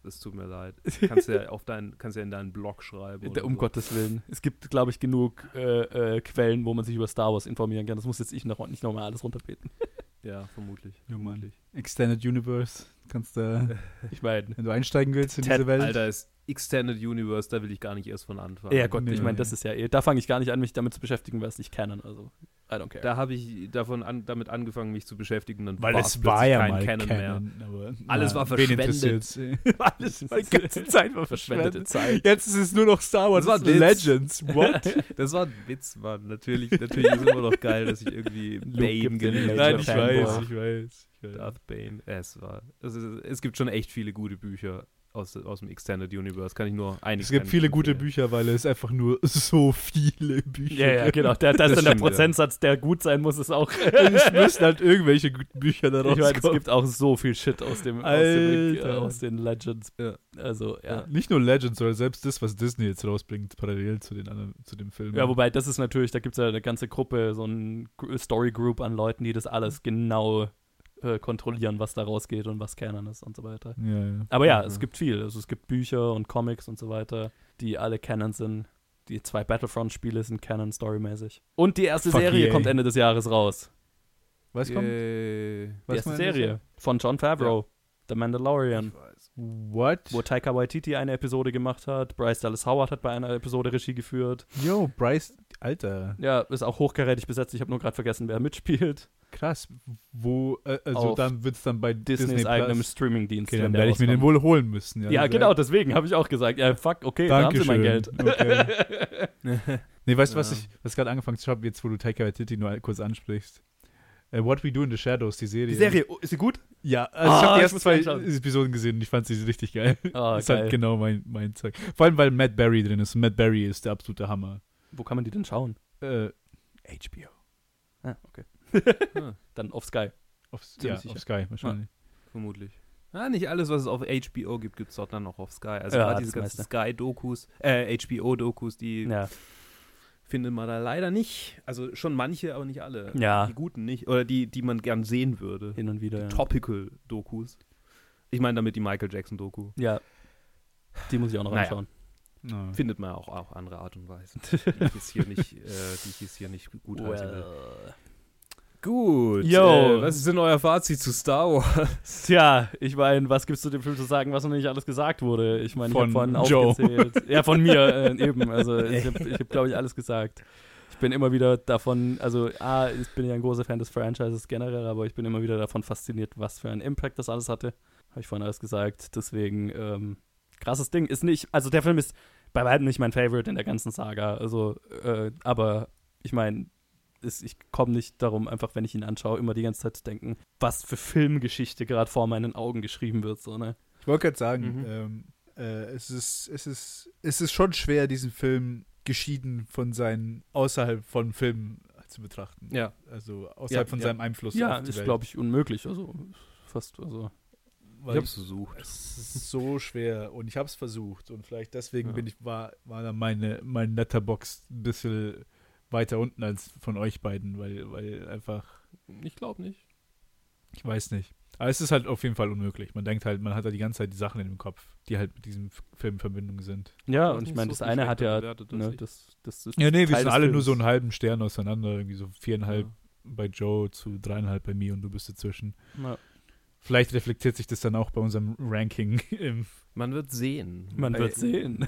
Es tut mir leid. Kannst ja auf deinen, kannst ja in deinen Blog schreiben. Oder um so. Gottes Willen. Es gibt, glaube ich, genug äh, äh, Quellen, wo man sich über Star Wars informieren kann. Das muss jetzt ich noch nicht nochmal alles runterbeten. Ja, vermutlich. Ja, Mann. Extended Universe. Kannst du, ich meine, wenn du einsteigen willst in Ted, diese Welt. Alter, ist Extended Universe, da will ich gar nicht erst von anfangen. Ja Gott, Nee. ich meine, das ist ja eh, da fange ich gar nicht an, mich damit zu beschäftigen, weil es nicht Canon, also I don't care. Da habe ich davon an, damit angefangen, mich zu beschäftigen. Dann Weil war's es war plötzlich ja kein mal Canon Canon. mehr. Aber, Alles war wen verschwendet. interessiert's? Alles war die ganze Zeit war Verschwendete verschwendet. Zeit. Jetzt ist es nur noch Star Wars Das war Witz. Legends. What? Das war ein Witz, Mann. Natürlich, natürlich ist es immer noch geil, dass ich irgendwie Bane gibt den gelesen Nein, habe. ich weiß, ich weiß. Darth Bane. Es war. Es, ist, es gibt schon echt viele gute Bücher aus, aus dem Extended Universe. Kann ich nur einige. Es gibt viele gute empfehlen. Bücher, weil es einfach nur so viele Bücher Ja, ja, gibt. genau. Da, da ist Das dann der stimmt, ja. Prozentsatz, der gut sein muss, ist auch. Und es müssen halt irgendwelche guten Bücher daraus Ich meine, es kommen. gibt auch so viel Shit aus dem, aus, dem, äh, Alter. aus den Legends. Ja. Also, ja. Nicht nur Legends, sondern selbst das, was Disney jetzt rausbringt, parallel zu den anderen, zu dem Film. Ja, wobei das ist natürlich, da gibt es ja eine ganze Gruppe, so ein Story Group an Leuten, die das alles genau äh, kontrollieren, was da rausgeht und was Canon ist und so weiter. Ja, ja. Aber ja, Mhm. es gibt viel. Also es gibt Bücher und Comics und so weiter, die alle Canon sind. Die zwei Battlefront-Spiele sind Canon storymäßig. Und die erste Fuck Serie yeah. kommt Ende des Jahres raus. Was kommt? Yay. Die Was erste meinen Serie von John Favreau, The Mandalorian, Ich weiß. What? wo Taika Waititi eine Episode gemacht hat. Bryce Dallas Howard hat bei einer Episode Regie geführt. Yo, Bryce, Alter, Ja, ist auch hochkarätig besetzt. Ich habe nur gerade vergessen, wer mitspielt. krass. Wo, äh, also Auf dann wird es dann bei Disneys Disney eigenem Plus. Streaming-Dienst. Okay, wenn dann der werde ich mir den rauskommt. wohl holen müssen. Ja, Ja, Das- genau, deswegen habe ich auch gesagt, ja, fuck, okay, da haben sie mein Geld. Okay. Nee, weißt du, was Ja. ich was gerade angefangen zu haben, jetzt wo du Taika Waititi nur kurz ansprichst? Äh, What We Do in the Shadows, die Serie. Die Serie, oh, ist sie gut? Ja, also Ah, ich habe die ich ersten muss zwei reinschauen. Episoden gesehen und ich fand sie richtig geil. Ah, ist geil. halt genau mein, mein Zeug. Vor allem, weil Matt Berry drin ist. Matt Berry ist der absolute Hammer. Wo kann man die denn schauen? Äh, H B O. Ah, okay. Ah, Dann auf Sky. Auf, Ziemlich ja, sicher. auf Sky wahrscheinlich. vermutlich. Ah, nicht alles, was es auf H B O gibt, gibt es dort dann auch auf Sky. Also Ja, gerade diese das ganzen meiste. Sky-Dokus, äh, H B O-Dokus, die Ja. findet man da leider nicht. Also schon manche, aber nicht alle. Ja. Die guten nicht. Oder die, die man gern sehen würde. Hin und wieder, ja. Topical-Dokus. Ich meine damit die Michael Jackson-Doku. Ja. Die muss ich auch noch Naja. anschauen. Ja. Findet man auch auf andere Art und Weise. die ich jetzt hier nicht, äh, die ich jetzt hier nicht gut heißen will. Gut. Yo. Äh, was ist denn euer Fazit zu Star Wars? Tja, ich meine, was gibt's zu dem Film zu sagen, was noch nicht alles gesagt wurde? Ich meine, ich habe Von vorhin Joe. aufgezählt. Ja, von mir äh, eben. Also ich habe, ich hab, glaube ich, alles gesagt. Ich bin immer wieder davon, also A, ich bin ja ein großer Fan des Franchises generell, aber ich bin immer wieder davon fasziniert, was für einen Impact das alles hatte. Habe ich vorhin alles gesagt. Deswegen, ähm, krasses Ding. Ist nicht, also der Film ist bei weitem nicht mein Favorite in der ganzen Saga. Also, äh, aber ich meine, ich komme nicht darum, einfach, wenn ich ihn anschaue, immer die ganze Zeit zu denken, was für Filmgeschichte gerade vor meinen Augen geschrieben wird. So, ne? Ich wollte gerade sagen, Mhm. ähm, äh, es, ist, es, ist, es ist schon schwer, diesen Film geschieden von seinen, außerhalb von Filmen zu betrachten. Ja. Also außerhalb Ja, von ja. seinem Einfluss Ja, auf die ist, Welt. glaube ich, unmöglich. Also fast, also. Weil Ich hab's versucht. es ist so schwer und ich habe es versucht und vielleicht deswegen Ja. bin ich, war, war dann meine, mein Letterbox ein bisschen weiter unten als von euch beiden, weil, weil einfach, Ich glaube nicht. ich weiß nicht. Aber es ist halt auf jeden Fall unmöglich. Man denkt halt, man hat da die ganze Zeit die Sachen in dem Kopf, die halt mit diesem F- Film in Verbindung sind. Ja, Das ist und ich nicht meine, so das viel eine hat ja, schlechter bewertet als ne, ich. das, das ist Ja, nee, wir Teil sind des alle nur Films. so einen halben Stern auseinander, irgendwie so viereinhalb Ja. bei Joe zu dreieinhalb bei mir und du bist dazwischen. Ja. Vielleicht reflektiert sich das dann auch bei unserem Ranking im Man wird sehen. Man Äh, wird sehen.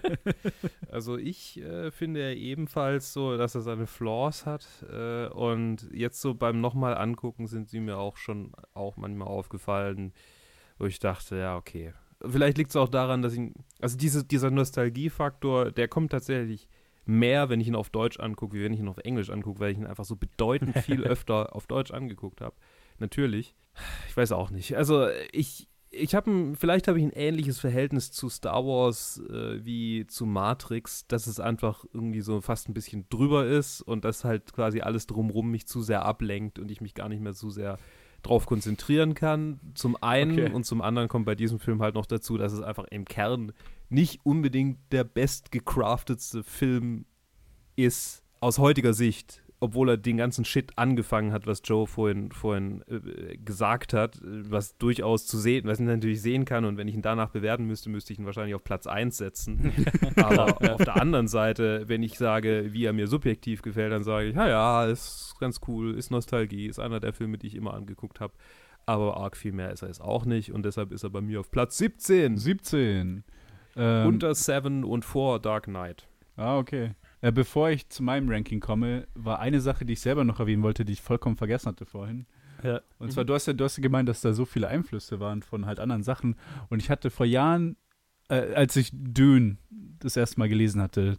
Also ich äh, finde ja ebenfalls so, dass er seine Flaws hat äh, und jetzt so beim nochmal angucken sind sie mir auch schon auch manchmal aufgefallen, wo ich dachte, ja okay, vielleicht liegt es auch daran, dass ich, also diese, dieser Nostalgiefaktor, der kommt tatsächlich mehr, wenn ich ihn auf Deutsch angucke, wie wenn ich ihn auf Englisch angucke, weil ich ihn einfach so bedeutend viel öfter auf Deutsch angeguckt habe. Natürlich. Ich weiß auch nicht. Also ich Ich habe vielleicht habe ich ein ähnliches Verhältnis zu Star Wars äh, wie zu Matrix, dass es einfach irgendwie so fast ein bisschen drüber ist und dass halt quasi alles drumrum mich zu sehr ablenkt und ich mich gar nicht mehr so sehr drauf konzentrieren kann. Zum einen Okay. und zum anderen kommt bei diesem Film halt noch dazu, dass es einfach im Kern nicht unbedingt der bestgecraftetste Film ist aus heutiger Sicht. obwohl er den ganzen Shit angefangen hat, was Joe vorhin, vorhin äh, gesagt hat, was durchaus zu sehen, was ich natürlich sehen kann, und wenn ich ihn danach bewerten müsste, müsste ich ihn wahrscheinlich auf Platz eins setzen. Aber auf der anderen Seite, wenn ich sage, wie er mir subjektiv gefällt, dann sage ich, ja, ja, ist ganz cool, ist Nostalgie, ist einer der Filme, die ich immer angeguckt habe. Aber arg viel mehr ist er jetzt auch nicht, und deshalb ist er bei mir auf Platz siebzehn. siebzehn. Ähm, Unter Seven und vor Dark Knight. Ah, okay. Äh, bevor ich zu meinem Ranking komme, war eine Sache, die ich selber noch erwähnen wollte, die ich vollkommen vergessen hatte vorhin. Ja. Und zwar, du hast ja, du hast ja gemeint, dass da so viele Einflüsse waren von halt anderen Sachen. Und ich hatte vor Jahren, äh, als ich Dune das erste Mal gelesen hatte,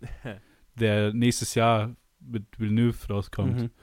der nächstes Jahr mit Villeneuve rauskommt, Mhm.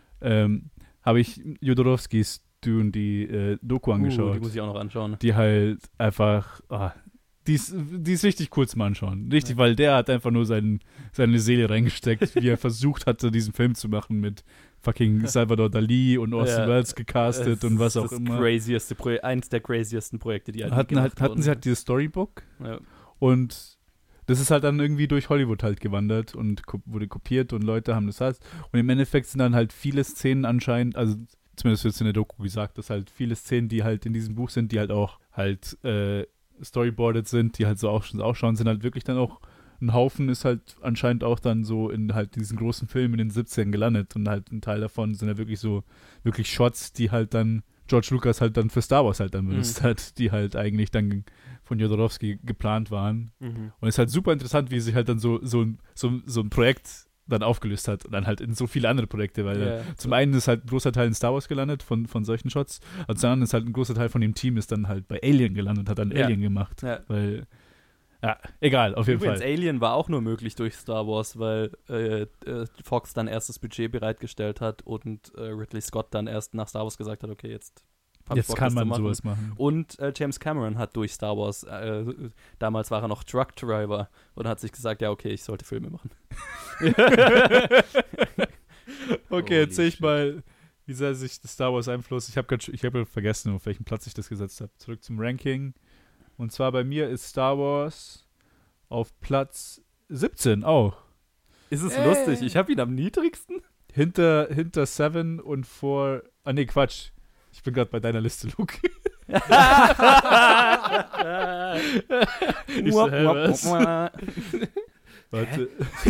ähm, habe ich Jodorowskis Dune, die äh, Doku angeschaut. Uh, die muss ich auch noch anschauen. Die halt einfach, ah, die ist, die ist richtig cool zum Anschauen. Richtig, Ja. weil der hat einfach nur sein, seine Seele reingesteckt, wie er versucht hatte, diesen Film zu machen mit fucking Salvador Dali und Orson Ja. Welles gecastet und was auch das immer. Crazieste Pro- eins der craziesten Projekte, die halt Hatten, gemacht halt, hatten wurden. sie halt dieses Storybook Ja. und das ist halt dann irgendwie durch Hollywood halt gewandert und ko- wurde kopiert und Leute haben das halt. Und im Endeffekt sind dann halt viele Szenen anscheinend, also zumindest wird es in der Doku gesagt, dass halt viele Szenen, die halt in diesem Buch sind, die halt auch halt äh, storyboardet sind, die halt so auch schon ausschauen, sind halt wirklich dann auch ein Haufen ist halt anscheinend auch dann so in halt diesen großen Filmen in den siebzigern gelandet und halt ein Teil davon sind ja wirklich so, wirklich Shots, die halt dann George Lucas halt dann für Star Wars halt dann benutzt Mhm. hat, die halt eigentlich dann von Jodorowsky geplant waren. Mhm. Und es ist halt super interessant, wie sich halt dann so, so, ein- so, so ein Projekt dann aufgelöst hat und dann halt in so viele andere Projekte, weil Ja. dann, zum einen ist halt ein großer Teil in Star Wars gelandet von, von solchen Shots, und zum anderen ist halt ein großer Teil von dem Team ist dann halt bei Alien gelandet und hat dann Ja. Alien gemacht, Ja. weil, ja, egal, auf jeden Übrigens, Fall. Alien war auch nur möglich durch Star Wars, weil äh, äh, Fox dann erst das Budget bereitgestellt hat und äh, Ridley Scott dann erst nach Star Wars gesagt hat, okay, jetzt hab ich Jetzt Bock, kann das zu man machen. sowas machen. Und äh, James Cameron hat durch Star Wars, äh, damals war er noch Truck Driver und hat sich gesagt, ja, okay, ich sollte Filme machen. Okay, Holy erzähl ich shit. mal, wie sehr sich das Star Wars Einfluss, ich habe ich hab vergessen, auf welchen Platz ich das gesetzt habe. Zurück zum Ranking. Und zwar bei mir ist Star Wars auf Platz siebzehn auch. Ist es Äh. lustig? Ich habe ihn am niedrigsten. Hinter, hinter Seven und vor. Ah, nee, Quatsch. Ich bin gerade bei deiner Liste, Luke. Ich so, hä, was? Warte.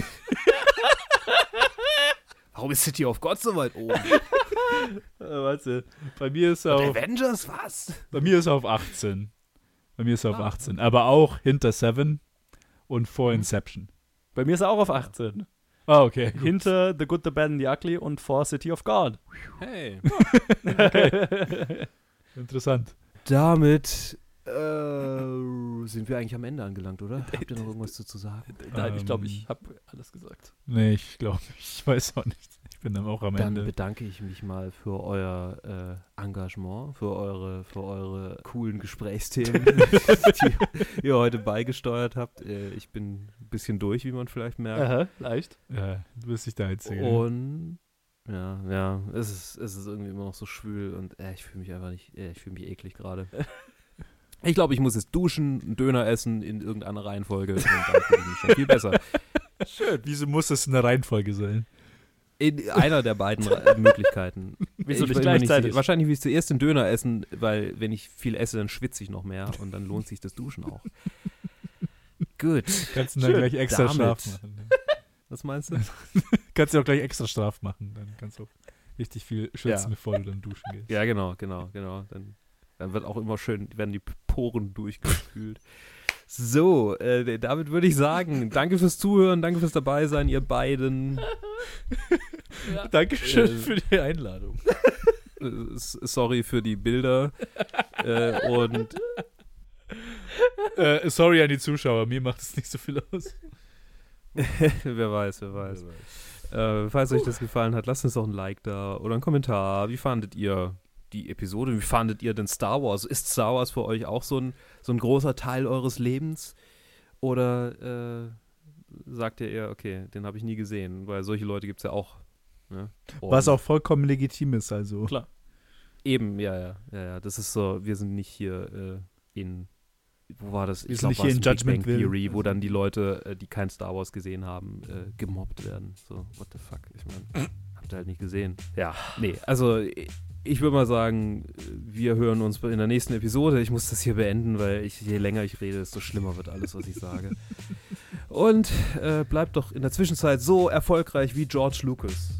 Warum ist City of God so weit oben? Äh, warte. Bei mir ist er auf, Avengers, was? bei mir ist er auf achtzehn. Bei mir ist er auf Ah. achtzehn. Aber auch hinter Seven und vor Inception. Bei mir ist er auch auf achtzehn. Ah, okay. Gut. Hinter The Good, The Bad and The Ugly und vor City of God. Hey. Interessant. Damit äh, sind wir eigentlich am Ende angelangt, oder? Habt ihr noch irgendwas dazu zu sagen? Nein, ich glaube, Ähm. ich habe alles gesagt. Nee, ich glaube, ich weiß auch nicht. Ich bin dann auch am Dann Ende. bedanke ich mich mal für euer äh, Engagement, für eure, für eure coolen Gesprächsthemen, die ihr heute beigesteuert habt. Äh, ich bin ein bisschen durch, wie man vielleicht merkt. Aha, leicht. Ja, du bist nicht der Einzige. Und ja, ja, es ist, es ist irgendwie immer noch so schwül und äh, ich fühle mich einfach nicht, äh, ich fühle mich eklig gerade. Ich glaube, ich muss jetzt duschen, einen Döner essen in irgendeiner Reihenfolge und dann fühle ich mich schon viel besser. Schön. Wieso muss das in der Reihenfolge sein? In einer der beiden Re- Möglichkeiten. Wieso Ich nicht bin mir gleichzeitig? sicher. Wahrscheinlich will ich zuerst den Döner essen, weil wenn ich viel esse, dann schwitze ich noch mehr und dann lohnt sich das Duschen auch. Gut. Kannst du dann Schön. gleich extra Damit. Straf machen. Was meinst du? Kannst du auch gleich extra Straf machen. Dann kannst du auch richtig viel schwitzen, Ja. bevor du dann duschen gehst. Ja, genau, genau, genau. Dann, dann wird auch immer schön, werden die Poren durchgespült. So, äh, damit würde ich sagen, danke fürs Zuhören, danke fürs Dabeisein, ihr beiden. Dankeschön Äh, für die Einladung. Äh, s- sorry für die Bilder. äh, und äh, sorry an die Zuschauer, mir macht es nicht so viel aus. wer weiß, wer weiß. Äh, falls euch das gefallen hat, lasst uns doch ein Like da oder einen Kommentar. Wie fandet ihr die Episode? Wie fandet ihr denn Star Wars? Ist Star Wars für euch auch so ein, so ein großer Teil eures Lebens? Oder äh, sagt ihr eher, okay, den habe ich nie gesehen? Weil solche Leute gibt es ja auch. Ne? Was Und auch vollkommen legitim ist, also. Klar. Eben, ja, ja, ja, ja. Das ist so, wir sind nicht hier äh, in, wo war das? Wir Ich sind glaube, nicht war hier es in in Big Bang Judgmentville. Theory, wo dann die Leute, äh, die kein Star Wars gesehen haben, äh, gemobbt werden. So, what the fuck? Ich meine, Hälfte halt nicht gesehen. Ja, nee, also ich würde mal sagen, wir hören uns in der nächsten Episode. Ich muss das hier beenden, weil ich, je länger ich rede, desto schlimmer wird alles, was ich sage. Und äh, bleibt doch in der Zwischenzeit so erfolgreich wie George Lucas.